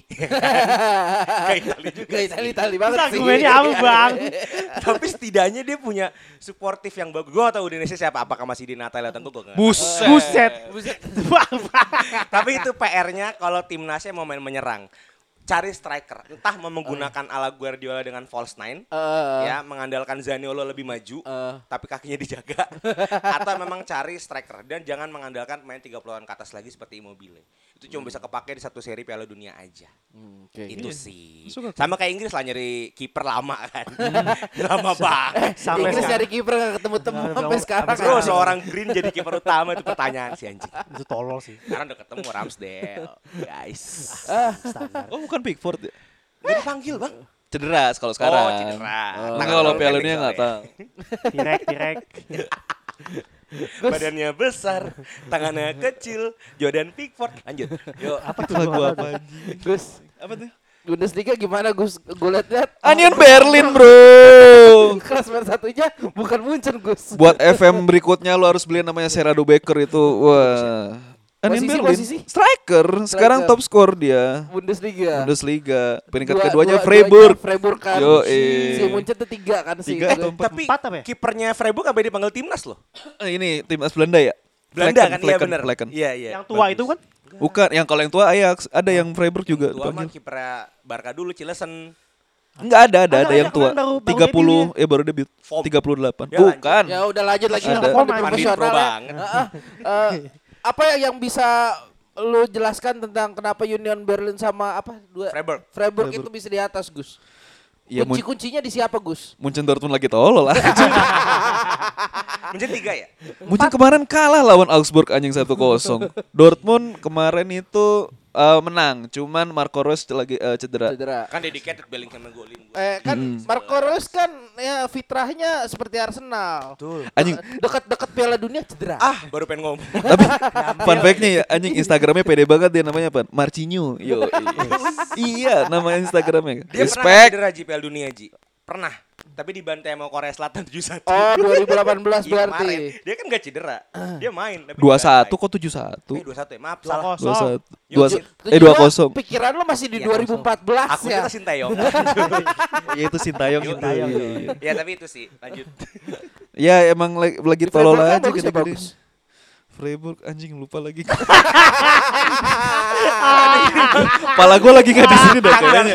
Nggak Itali juga. Gak sih. Itali Itali banget sih. Argumennya apa bang? Tapi setidaknya dia punya suportif yang bagus. Gue gak tahu di Indonesia siapa. Apakah masih di Natalia tentu gue nggak. Buset. Buset. Bang, bang. Tapi itu P R-nya kalau timnasnya mau main menyerang. Cari striker. Entah mau menggunakan ala Guardiola dengan false nine. Eh, Ya, mengandalkan Zaniolo lebih maju. eh. Tapi kakinya dijaga. Atau memang cari striker. Dan jangan mengandalkan main tiga puluhan ke atas lagi seperti Immobile. Itu cuma bisa kepake di satu seri Piala Dunia aja. Hmm, oke. Itu sih. Suka. Sama kayak Inggris lah nyari kiper lama kan. Lama banget. Sampai Inggris sekarang. dari kiper gak ketemu-temu Nggak, sampai nggak, sekarang. abis Bro, itu- seorang Green jadi kiper utama itu pertanyaan si anjing. Itu tolol sih. Sekarang udah ketemu Ramsdale, guys. Standar. Oh bukan Pickford ya? Gak dipanggil bang. Cedera kalau sekarang. Oh cedera. Enggak kalau Piala Dunia nggak tahu. Tirek, tirek. Badannya besar, tangannya kecil. Jordan Pickford. Lanjut. Yuk. Apa Itu tuh? lagu apa? Gus, Apa tuh? Bundesliga gimana Gus? Gue liat-liat. Anion Berlin bro. Klasmen satunya bukan Munchen Gus. Buat F M berikutnya lo harus beli namanya Serrado Becker itu. Wah. Anion Posisi, Berlin. posisi? Striker. Sekarang Striker. top skor dia. Bundesliga. Bundesliga. Peringkat Dua- keduanya dua- Freiburg. duanya Freiburg kan. Yo, Si eh. Munchen tuh tiga kan sih. Tiga atau empat? Tapi Empat apa ya? kipernya Freiburg sampai dipanggil timnas loh. Eh, Ini timnas Belanda ya? Belanda Flecken, kan iya Flecken, benar. Flecken. Iya iya. Yang tua Bagus. itu kan? Bukan, yang kalau yang tua Ajax, ada yang Freiburg juga Tua mah dipanggil. kipernya Barca dulu Cilesen. Enggak ada, ada, Ada, ada yang ada, tua. kemarin baru- baru tiga puluh, debut eh baru debut. Form. tiga puluh delapan. Ya, Bukan. Ya udah lanjut lagi Ada. Form di Pandit profesional pro ya. banget. Heeh. Eh, apa yang bisa lu jelaskan tentang kenapa Union Berlin sama apa dua Freiburg. Freiburg, Freiburg. itu bisa di atas Gus? Iya, Mun- Kunci-kuncinya di siapa Gus? Munchen Dortmund lagi tolol lah. Mungkin tiga ya. Munchen kemarin kalah lawan Augsburg anjing satu kosong. Dortmund kemarin itu eh, menang, cuman Marco Reus lagi eh, cedera. Cedera. Kan dedicated Bellingham ngegolin gua. Eh kan Marco Reus kan ya fitrahnya seperti Arsenal. Betul. Anjing, Dekat-dekat Piala Dunia cedera. Ah, baru pengen ngomong. tapi fun fact-nya ya, anjing Instagramnya pede banget dia namanya apa? Marcinho. Yo. Iya, nama Instagramnya. Dia pernah Respect. cedera Ji Piala Dunia Ji. Pernah. Tapi dibantai sama Korea Selatan tujuh satu. Oh dua ribu delapan belas Iya, berarti. kemarin. Dia kan gak cedera. Dia main. tapi dua dibantai. satu kok tujuh satu. Eh, dua satu ya. Maaf, Dua salah. kosong. dua satu. Yuk, Dua Ji. Itu eh dua juga kosong. Pikiran lo masih di Iya, dua ribu empat belas Aku ya. kita Sintayong. Ya itu Sintayong Yuk, itu. Sintayong. Iya. Ya tapi itu sih. Lanjut. Ya emang lagi, lagi Di tolol Freiburg kan aja bagus ya, gede-gede. bagus. Freiburg anjing lupa lagi. Pala gue lagi nggak di sini dah kayaknya.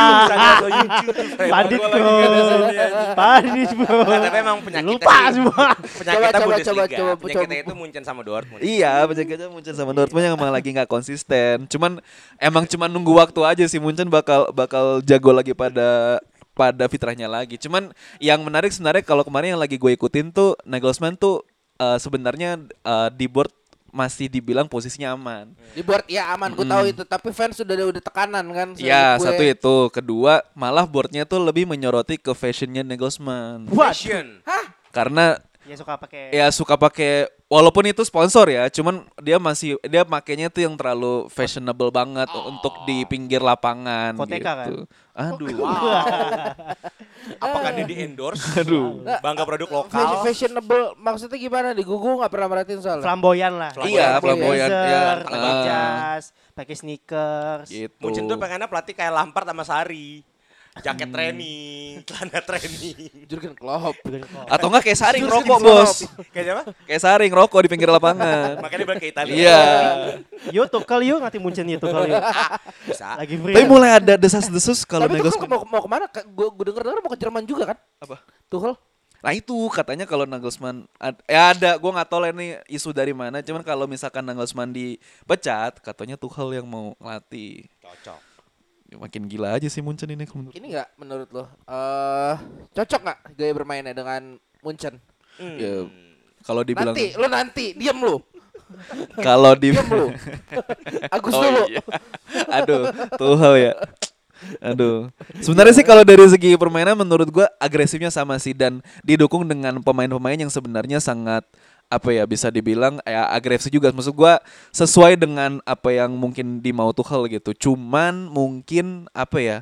Pandit bro. Pandit bro. Nah, tapi emang penyakitnya Lupa sih. semua. Penyakitnya Coba, coba, Bundesliga. coba, coba, Penyakitnya coba. itu Munchen sama Dortmund. Iya, penjaganya Munchen sama Dortmund yang emang lagi nggak konsisten. Cuman emang cuman nunggu waktu aja sih Munchen bakal bakal jago lagi pada pada fitrahnya lagi. Cuman yang menarik sebenarnya kalau kemarin yang lagi gue ikutin tuh Nagelsmann tuh eh, sebenarnya eh, di board masih dibilang posisinya aman. Di board ya aman, gue tahu itu. Tapi fans sudah udah tekanan kan. Ya Gue- satu itu, kedua malah boardnya tuh lebih menyoroti ke fashionnya Nagelsmann What? Fashion. karena Ya suka pakai. ya suka pakai walaupun itu sponsor ya, cuman dia masih dia makainya tuh yang terlalu fashionable banget untuk di pinggir lapangan Koteka gitu. Aduh. Apakah dia di endorse? Aduh. Bangga produk Fashion- lokal. Fashionable maksudnya gimana nih? Gue nggak pernah merhatiin soalnya. Flamboyan lah. Iya, flamboyan, Blazer, iya. pakai Ah. jas, pakai sneakers. Gitu. Munchen tuh pengennya pelatih kayak Lampard sama Sari. Jaket training, celana training. Jurgen Klopp. Atau enggak kayak Sari ngerokok, Bos. Kayak siapa? Kayak Sari ngerokok di pinggir lapangan. Makanya dia balik ke Italia. Iya. Yo Tuchel yuk nanti Munchen yuk Tuchel yuk. Bisa. Lagi free. Tapi mulai ada desas-desus kalau Tapi Tuchel Nagelsmann. mau mau kemana? Gue gue denger dengar mau ke Jerman juga kan? Apa? Tuchel. Nah itu katanya kalau Nagelsmann ad- ya ada, gue nggak tahu lah ini isu dari mana. Cuman kalau misalkan Nagelsmann dipecat, katanya Tuchel yang mau ngelatih. Cocok. Ya, makin gila aja sih Munchen ini kalau menurut. Ini nggak menurut lo? Eh cocok nggak gaya bermainnya dengan Munchen? Hmm. Ya, kalau dibilang Nanti, lo nanti, diam lo, kalau di diam lo. Agus Oh dulu. iya. Aduh, Tuchel ya. Aduh. Sebenarnya sih kalau dari segi permainan menurut gua agresifnya sama sih dan didukung dengan pemain-pemain yang sebenarnya sangat apa ya bisa dibilang ya agresif juga. Maksud gua sesuai dengan apa yang mungkin dimau Tuchel gitu. Cuman mungkin apa ya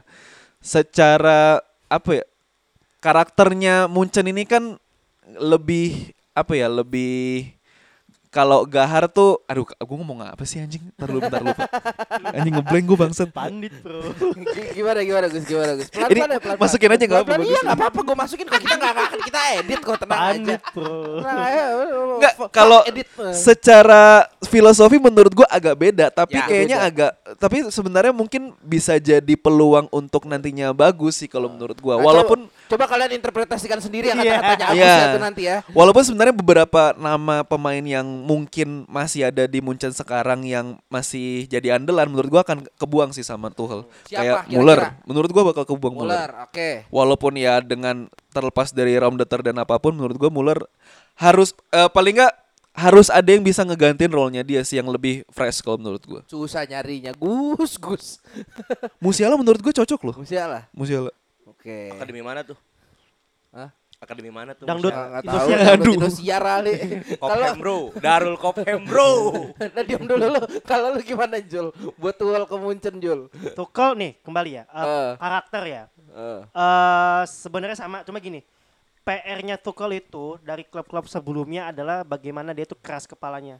secara apa ya karakternya Munchen ini kan lebih apa ya lebih kalau Gahar tuh, aduh, gue ngomong apa sih anjing? Ntar dulu, bentar lupa. Anjing ngeblank gue bangsat. Pandit bro. G- Gimana gimana Gus? Gimana Gus? Pelan Ini pelan ya pelan. masukin aja nggak apa-apa, Pelan-pelan, bagus. Iya nggak apa-apa gue masukin kok kita nggak nggak akan kita edit kok tenang aja. Pandit bro. Nah, ya, Enggak, fuck kalau edit. secara filosofi menurut gue agak beda, tapi Ya, kayaknya beda. agak, tapi sebenarnya mungkin bisa jadi peluang untuk nantinya bagus sih kalau menurut gue. Nah, Walaupun coba, coba kalian interpretasikan sendiri ya Iya. kata-katanya Agus Iya. ya tuh nanti ya. Walaupun sebenarnya beberapa nama pemain yang mungkin masih ada di Munchen sekarang yang masih jadi andalan menurut gua akan kebuang sih sama Tuchel. Siapa Kayak kira-kira? Muller. Menurut gua bakal kebuang Muller. Muller, oke. Walaupun ya dengan terlepas dari Raumdeter dan apapun menurut gua Muller harus eh, paling nggak harus ada yang bisa ngegantiin role-nya dia sih yang lebih fresh kalau menurut gua. Susah nyarinya Gus, Gus. Musiala menurut gua cocok loh. Musiala. Musiala. Oke. Akademi mana tuh? Hah? Akademi mana tuh? Dangdut. Musiala? Nggak Indosiar. tahu. Dangdut Aduh. Indosiar kali. Kalau Kophem bro, Darul Kophem bro. nah diam dulu lu. Kalau lu gimana Jul? Buat Tuchel ke Munchen Jul. Tuchel nih kembali ya. eh, Eh. Karakter ya. Eh. Eh sebenarnya sama, cuma gini. P R-nya Tuchel itu dari klub-klub sebelumnya adalah bagaimana dia tuh keras kepalanya.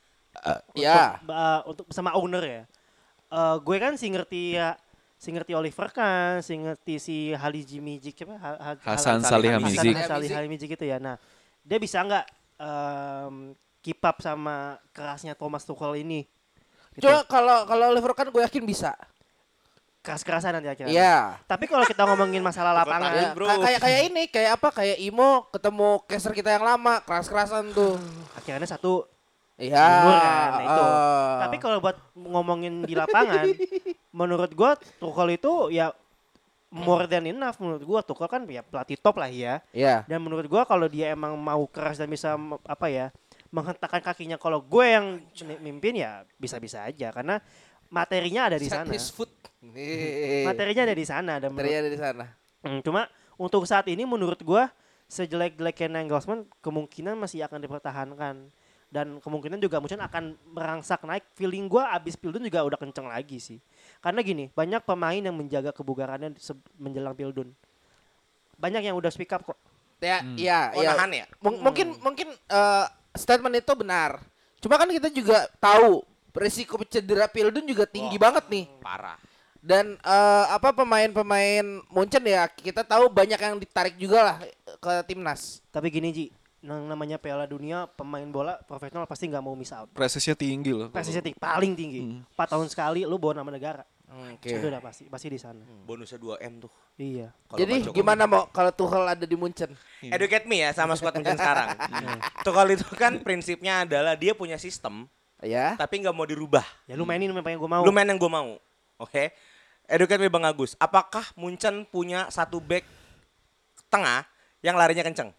Ya. Untuk, eh, untuk sama owner ya. Eh gue kan sih ngerti ya, si ngerti Oliver kan, si ngerti si Haliludjidzic apa? Ha- Ha- Hasan Hal- Salihamidzic. Hasan Salihamidzic gitu ya. Nah, dia bisa nggak em, keep up sama kerasnya Thomas Tuchel ini? Gitu. Coba kalau kalau Oliver kan gue yakin bisa. Keras-kerasan nanti akhirnya. Iya. Tapi kalau kita ngomongin masalah lapangan, Ya, Bro. ka- kayak kayak ini, kayak apa? Kayak Imo ketemu caster kita yang lama, keras-kerasan tuh. akhirnya satu Iya. mundur kan, nah itu. eh. Tapi kalau buat ngomongin di lapangan, menurut gua Tuchel itu ya more than enough menurut gua. Tuchel kan ya pelatih top lah ya. Iya. Dan menurut gua kalau dia emang mau keras dan bisa m- apa ya menghentakkan kakinya, kalau gue yang mimpin ya bisa-bisa aja karena materinya ada di Set sana. his foot. Nih. Materinya ada di sana dan menurut- Materinya ada di sana. Hmm, cuma untuk saat ini menurut gua sejelek-jeleknya Nagelsmann kemungkinan masih akan dipertahankan dan kemungkinan juga mungkin akan merangsak naik. Feeling gua abis Pildun juga udah kenceng lagi sih. Karena gini, banyak pemain yang menjaga kebugarannya se- menjelang Pildun. Banyak yang udah speak up kok. Ya, Hmm. iya, Oh, iya. nahan ya? Mung- Mungkin mungkin eh, statement itu benar. Cuma kan kita juga tahu risiko cedera Pildun juga tinggi banget nih. Parah. Dan eh, apa pemain-pemain Munchen ya kita tahu banyak yang ditarik juga lah ke timnas. Tapi gini Ji, yang namanya Piala Dunia, pemain bola profesional pasti nggak mau miss out. Presisnya tinggi loh. Presisi tinggi, paling tinggi. Hmm. empat tahun sekali lu bawa nama negara. Oke. Itu udah pasti, pasti di sana. Bonusnya dua M tuh. Iya. Kalau Jadi Pak Jokowi. gimana mau kalau Tuchel ada di Munchen? Educate me ya sama squad Munchen sekarang. Tuchel itu kan prinsipnya adalah dia punya sistem Ya. tapi nggak mau dirubah. Ya lu mainin apa yang gue mau. Lu main yang gue mau. Oke. Educate me Bang Agus. Apakah Munchen punya satu back tengah yang larinya kenceng?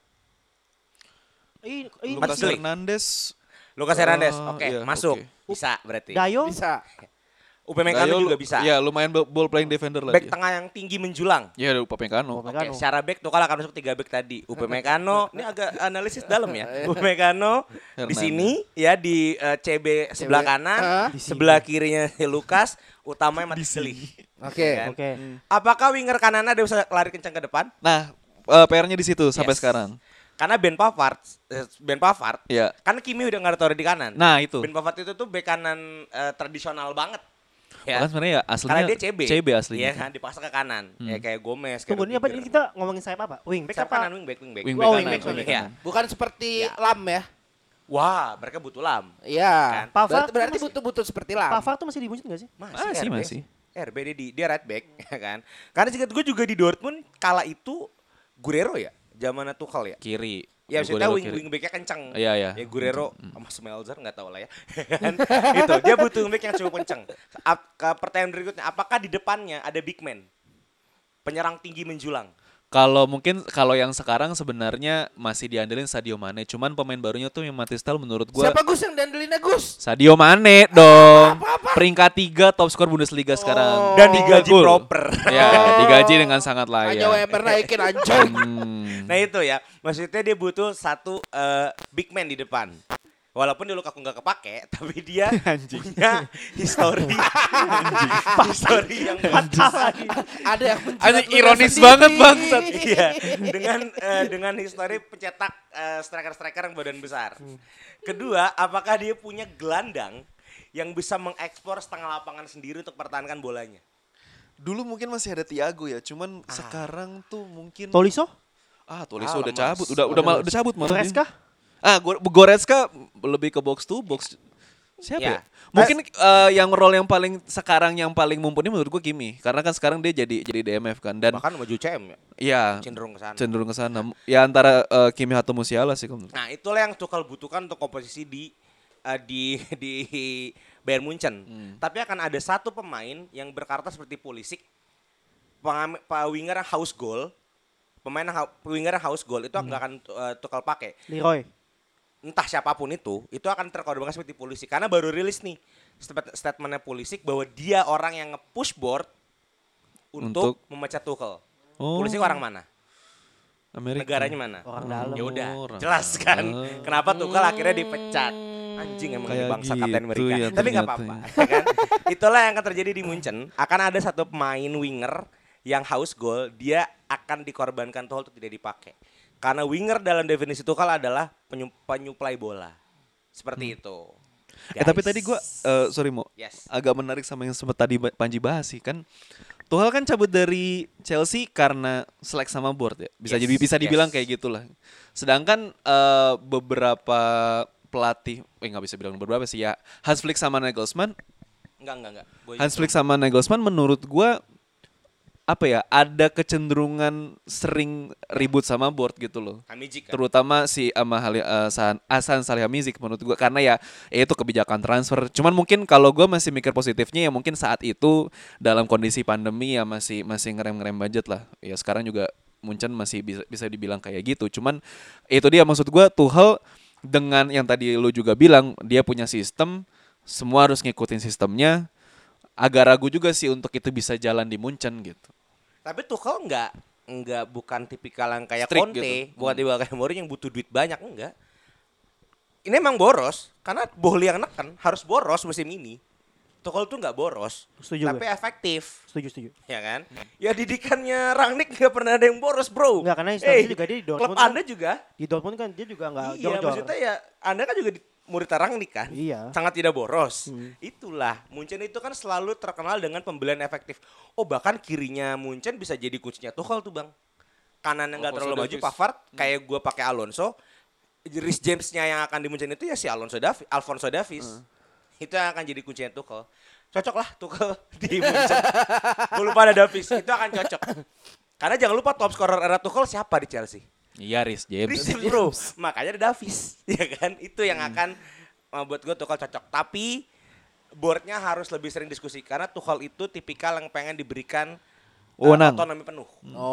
Ih, ih, Lucas Masih. Hernandez. Lucas Hernandez. Oh, Oke, iya, masuk. oke. Bisa berarti. Dayo, Bisa. Upamecano juga bisa. Iya, lumayan b- ball playing defender lah Back dia. tengah yang tinggi menjulang. Iya, ada Upamecano. Oke, Upamecano. secara back Tuchel akan masuk tiga back tadi. Upamecano, ini agak analisis dalam ya. Upamecano di Hernandez. sini ya di eh, C B sebelah kanan, Ah. Di sini. sebelah kirinya Lukas, utamanya Matis Deli. Oke. Kan? Oke. Apakah winger kanannya dia bisa lari kencang ke depan? Nah, eh, P R-nya di situ sampai Yes. sekarang. Karena Ben Pavard, eh, Ben Pavard, Iya. kan Kimi udah nggak ada Torre di kanan. Nah, itu. Ben Pavard itu tuh bek kanan eh, tradisional banget. Ya. Bahkan sebenarnya ya aslinya Karena dia C B. C B aslinya. Iya kan, dipaksa ke kanan. Ya kayak Gomez, kayak Tunggu ini apa? Rudiger. Ini kita ngomongin sayap apa? Wingback Sayap apa? kanan, wingback, wingback. Wingback Oh, kanan, wingback, wingback Iya. kanan. Bukan seperti Ya. Lam ya. Wah, mereka butuh lam. Iya. Kan? Pavard Berarti, berarti masih- butuh-butuh seperti Lam. Pavard tuh masih di Munchen gak sih? Masih, Masih, R B. masih. R B dia di dia right back ya kan. Karena singkat gue juga di Dortmund kala itu Guerrero ya, zamannya Tuchel ya. Kiri. Ya maksudnya Guardiola wing kiri. wing backnya kenceng. Iya, iya. Ya Guerrero sama Smelzer nggak tahu lah ya. Kan? Itu dia butuh wing back yang cukup kenceng. Ap- ke pertanyaan berikutnya, apakah di depannya ada big man? Penyerang tinggi menjulang. Kalau mungkin kalau yang sekarang sebenarnya masih diandelin Sadio Mane, cuman pemain barunya tuh yang Matis Tel menurut gua Siapa Gus yang dandelinnya Gus? Sadio Mane dong. Peringkat tiga top skor Bundesliga sekarang. Dan Tiga digaji gol. proper. Ya, digaji dengan sangat Hanya layak. Weber naikin anjing. Hmm. Nah itu ya, maksudnya dia butuh satu eh, big man di depan. Walaupun di Lukaku nggak kepake, tapi dia punya histori, histori yang patah lagi. Ada yang menjilat Anjing, ludah ironis sendiri. banget, bangsat. Iya, dengan eh, dengan histori pencetak eh, striker-striker yang badan besar. Kedua, apakah dia punya gelandang yang bisa mengekspor setengah lapangan sendiri untuk pertahankan bolanya? Dulu mungkin masih ada Thiago ya, cuman sekarang tuh mungkin Tolisso? ah Tolisso Ah, udah lemas. cabut, udah udah mal- udah cabut malah. dia. Goretzka? Ah, Gor- Goretzka lebih ke box to box. Siapa ya? Ya. Mungkin eh, yang role yang paling sekarang yang paling mumpuni menurut gua Kimi, karena kan sekarang dia jadi jadi D M F kan dan Bahkan maju C M ya, iya cenderung ke sana. cenderung ke sana. Ya antara eh, Kimi atau Musiala sih kalau menurut. Nah, itulah yang Tuchel butuhkan untuk komposisi di eh, di di Bayern Munchen. Tapi akan ada satu pemain yang berkarakter seperti Pulisic, pengam- pa winger yang house goal, pemain yang hau- winger yang house goal itu nggak akan eh, Tuchel pakai. Leroy? Entah siapapun itu, itu akan terkorbankan seperti Pulisic. Karena baru rilis nih stat- statementnya Pulisic bahwa dia orang yang nge-push board untuk, Untuk- memecat Tuchel. Oh. Pulisic orang mana? Amerika. Negaranya mana? Orang dalam. Ya udah, Orang jelas kan. dalam. Kenapa Tuchel akhirnya dipecat? Anjing emang Kayak ini bangsa gitu Kapten Amerika. ya Tapi nggak ternyata apa-apa, ya kan? Itulah yang akan terjadi di Munchen. Akan ada satu pemain winger yang house goal, dia akan dikorbankan Tuchel untuk tidak dipakai. Karena winger dalam definisi Tuchel adalah penyu- penyuplai bola. Seperti itu. Eh tapi Guys. tadi gua eh, sorry Mo, Yes. agak menarik sama yang sempat tadi Ba- Panji bahas sih kan. Tuchel kan cabut dari Chelsea karena selek sama board ya. Bisa Yes, jadi bisa dibilang yes. kayak gitulah. Sedangkan eh, beberapa pelatih, eh nggak bisa bilang beberapa sih ya. Hans Flick sama Nagelsmann, Enggak, enggak, enggak. Boy, Hans Flick sama Nagelsmann menurut gua apa ya, ada kecenderungan sering ribut sama board gitu loh. Hamidzik kan? Terutama si ama Hali- eh, San- Hasan Salihamidzic menurut gua karena ya, ya itu kebijakan transfer. Cuman mungkin kalau gua masih mikir positifnya ya mungkin saat itu dalam kondisi pandemi ya masih masih ngerem-ngerem budget lah. Ya sekarang juga Munchen masih bisa bisa dibilang kayak gitu. Cuman itu dia maksud gua Tuchel dengan yang tadi lu juga bilang dia punya sistem, semua harus ngikutin sistemnya. Agak ragu juga sih untuk itu bisa jalan di Munchen gitu. Tapi Tuchel enggak enggak bukan tipikal yang kayak Strict Conte, gitu. bukan tipikal kayak Mourinho yang butuh duit banyak, enggak. Ini emang boros karena Boehly yang neken harus boros musim ini. Tuchel tuh enggak boros, Setuju tapi gue. efektif, Setuju, setuju. ya kan? Ya didikannya Rangnick enggak pernah ada yang boros, Bro. Enggak, karena historisnya Eh, juga dia di klub Dortmund kan- Anda juga. Di Dortmund kan dia juga nggak Iya, jor-jor. maksudnya ya Anda kan juga di murid Rangnick kan? Iya. Sangat tidak boros. Hmm. Itulah, Munchen itu kan selalu terkenal dengan pembelian efektif. Oh, bahkan kirinya Munchen bisa jadi kuncinya Tuchel tuh, Bang. Kanannya nggak Alfonso terlalu maju, Davies. Pavard, kayak gua pakai Alonso. Rhys James-nya yang akan di Munchen itu ya si Alonso Davi, Alfonso Davies. Itu yang akan jadi kuncinya Tuchel. Cocok lah Tuchel di Munchen. Gue lupa ada Davies, itu akan cocok. Karena jangan lupa top scorer era Tuchel siapa di Chelsea? Iya, Rhys James. Rhys James, bro. Makanya ada Davies, ya kan? Itu yang akan uh, buat gue Tuchel cocok. Tapi boardnya harus lebih sering diskusi karena Tuchel itu tipikal yang pengen diberikan uh, Wewenang. otonomi penuh.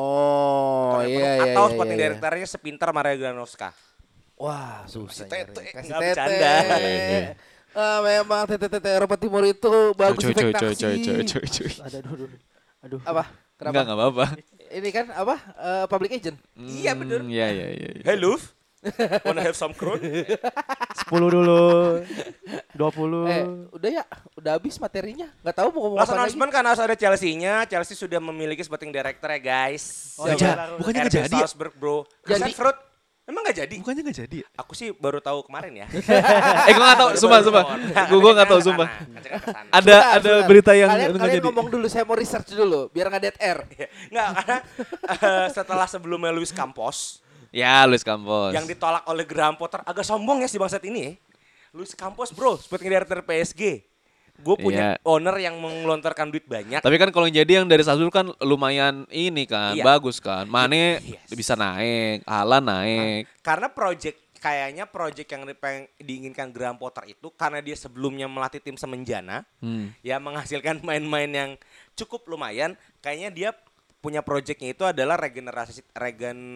Oh, Otonomi iya penuh. iya Atau iya, sporting iya. directornya sepintar Maria Granovska. Wah, susah. Kasih tete, nyari. Kasih nggak tete. bercanda. Eh, memang T T T Eropa Timur itu bagus Coy, efek coy, coy, taksi. coy, coy, coy, coy. Aduh, aduh, aduh. Aduh. Apa? Kenapa? Enggak, enggak apa-apa. Ini kan apa? Eh, public agent. Iya, bener. Hmm, Iya, iya, iya. iya. Hey Luf, wanna have some crown? sepuluh dulu. dua puluh. Eh, udah ya, udah habis materinya. Nggak tahu mau ngomong Last apa lagi. announcement kan harus ada Chelsea-nya. Chelsea sudah memiliki sporting director ya guys. Oh, Iya, baru. bukannya R B nggak jadi ya? Salzburg bro. Jadi- Jadi Fruit. Emang nggak jadi? Bukannya nggak jadi ya? Aku sih baru tahu kemarin ya. Eh, gue nggak tahu, sumpah, sumpah. Gue gue nggak tahu, sumpah. Ada Sebentar, ada sebentar. berita yang kalian, nggak kalian jadi. ngomong dulu, saya mau research dulu biar nggak dead air. Nggak, karena eh, setelah sebelumnya Luis Campos Ya, Luis Campos. yang ditolak oleh Graham Potter, agak sombong ya si bangsat ini ya. Luis Campos bro, sporting director P S G. Gue punya Iya. owner yang mengelontarkan duit banyak. Tapi kan kalau yang jadi yang dari Salzburg kan lumayan ini kan, Iya. bagus kan. Mane Yes. bisa naik, Haaland naik. Karena project kayaknya project yang dipeng- diinginkan Graham Potter itu karena dia sebelumnya melatih tim semenjana, Hmm. ya menghasilkan main-main yang cukup lumayan. Kayaknya dia punya projectnya itu adalah regenerasi regen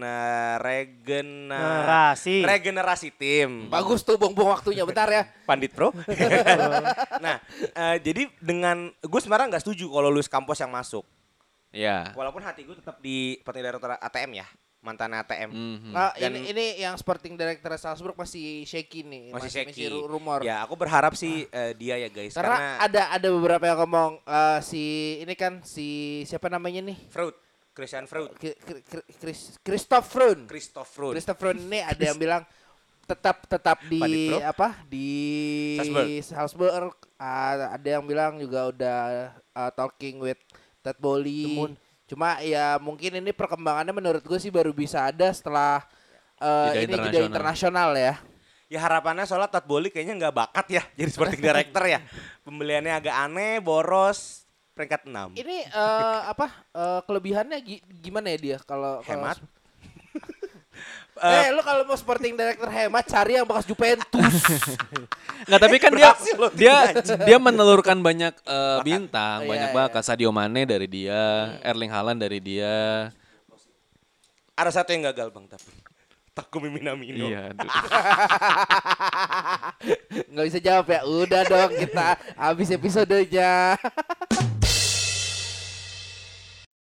regenerasi Generasi. regenerasi tim. Bagus tuh, buang-buang waktunya bentar ya. Pandit bro. Nah, eh, jadi dengan gue sebenarnya nggak setuju kalau Luis Campos yang masuk. Ya. Walaupun hati gue tetap di sporting director A T M ya, mantan A T M. Mhm. Nah, Dan- ini ini yang sporting director Salzburg masih shaky nih, Masih shaky. ru- rumor. Ya, aku berharap sih eh, dia ya guys, Karena, karena, ada ada beberapa yang ngomong eh, si ini kan si siapa namanya nih? Freud, Christian Freud, Ki- Ki- Ki- Chris- Christoph Froome. Christoph Freud. Christoph Froome ini ada yang bilang tetap tetap di Pandit, bro. apa? Di Salzburg. Salzburg. Ah, ada yang bilang juga udah uh, talking with Ted Boli. Cuma ya mungkin ini perkembangannya menurut gue sih baru bisa ada setelah uh, Jeda ini jeda internasional. internasional ya. Ya harapannya soalnya Todd Bowley kayaknya nggak bakat ya jadi sporting director ya. Pembeliannya agak aneh, boros, peringkat enam. Ini eh, apa eh, kelebihannya gi- gimana ya dia kalau kalau- Hemat. Eh, lu kalau mau sporting director hemat cari yang bekas Juventus. Nggak, tapi kan dia Berhasil loh, dia dia menelurkan banyak eh, bintang, Iya, banyak iya. bakat. Sadio Mane dari dia, Erling Haaland dari dia. Ada satu yang gagal bang tapi Takumi Minamino. Iya, aduh. Nggak bisa jawab ya. Udah dong kita habis episodenya.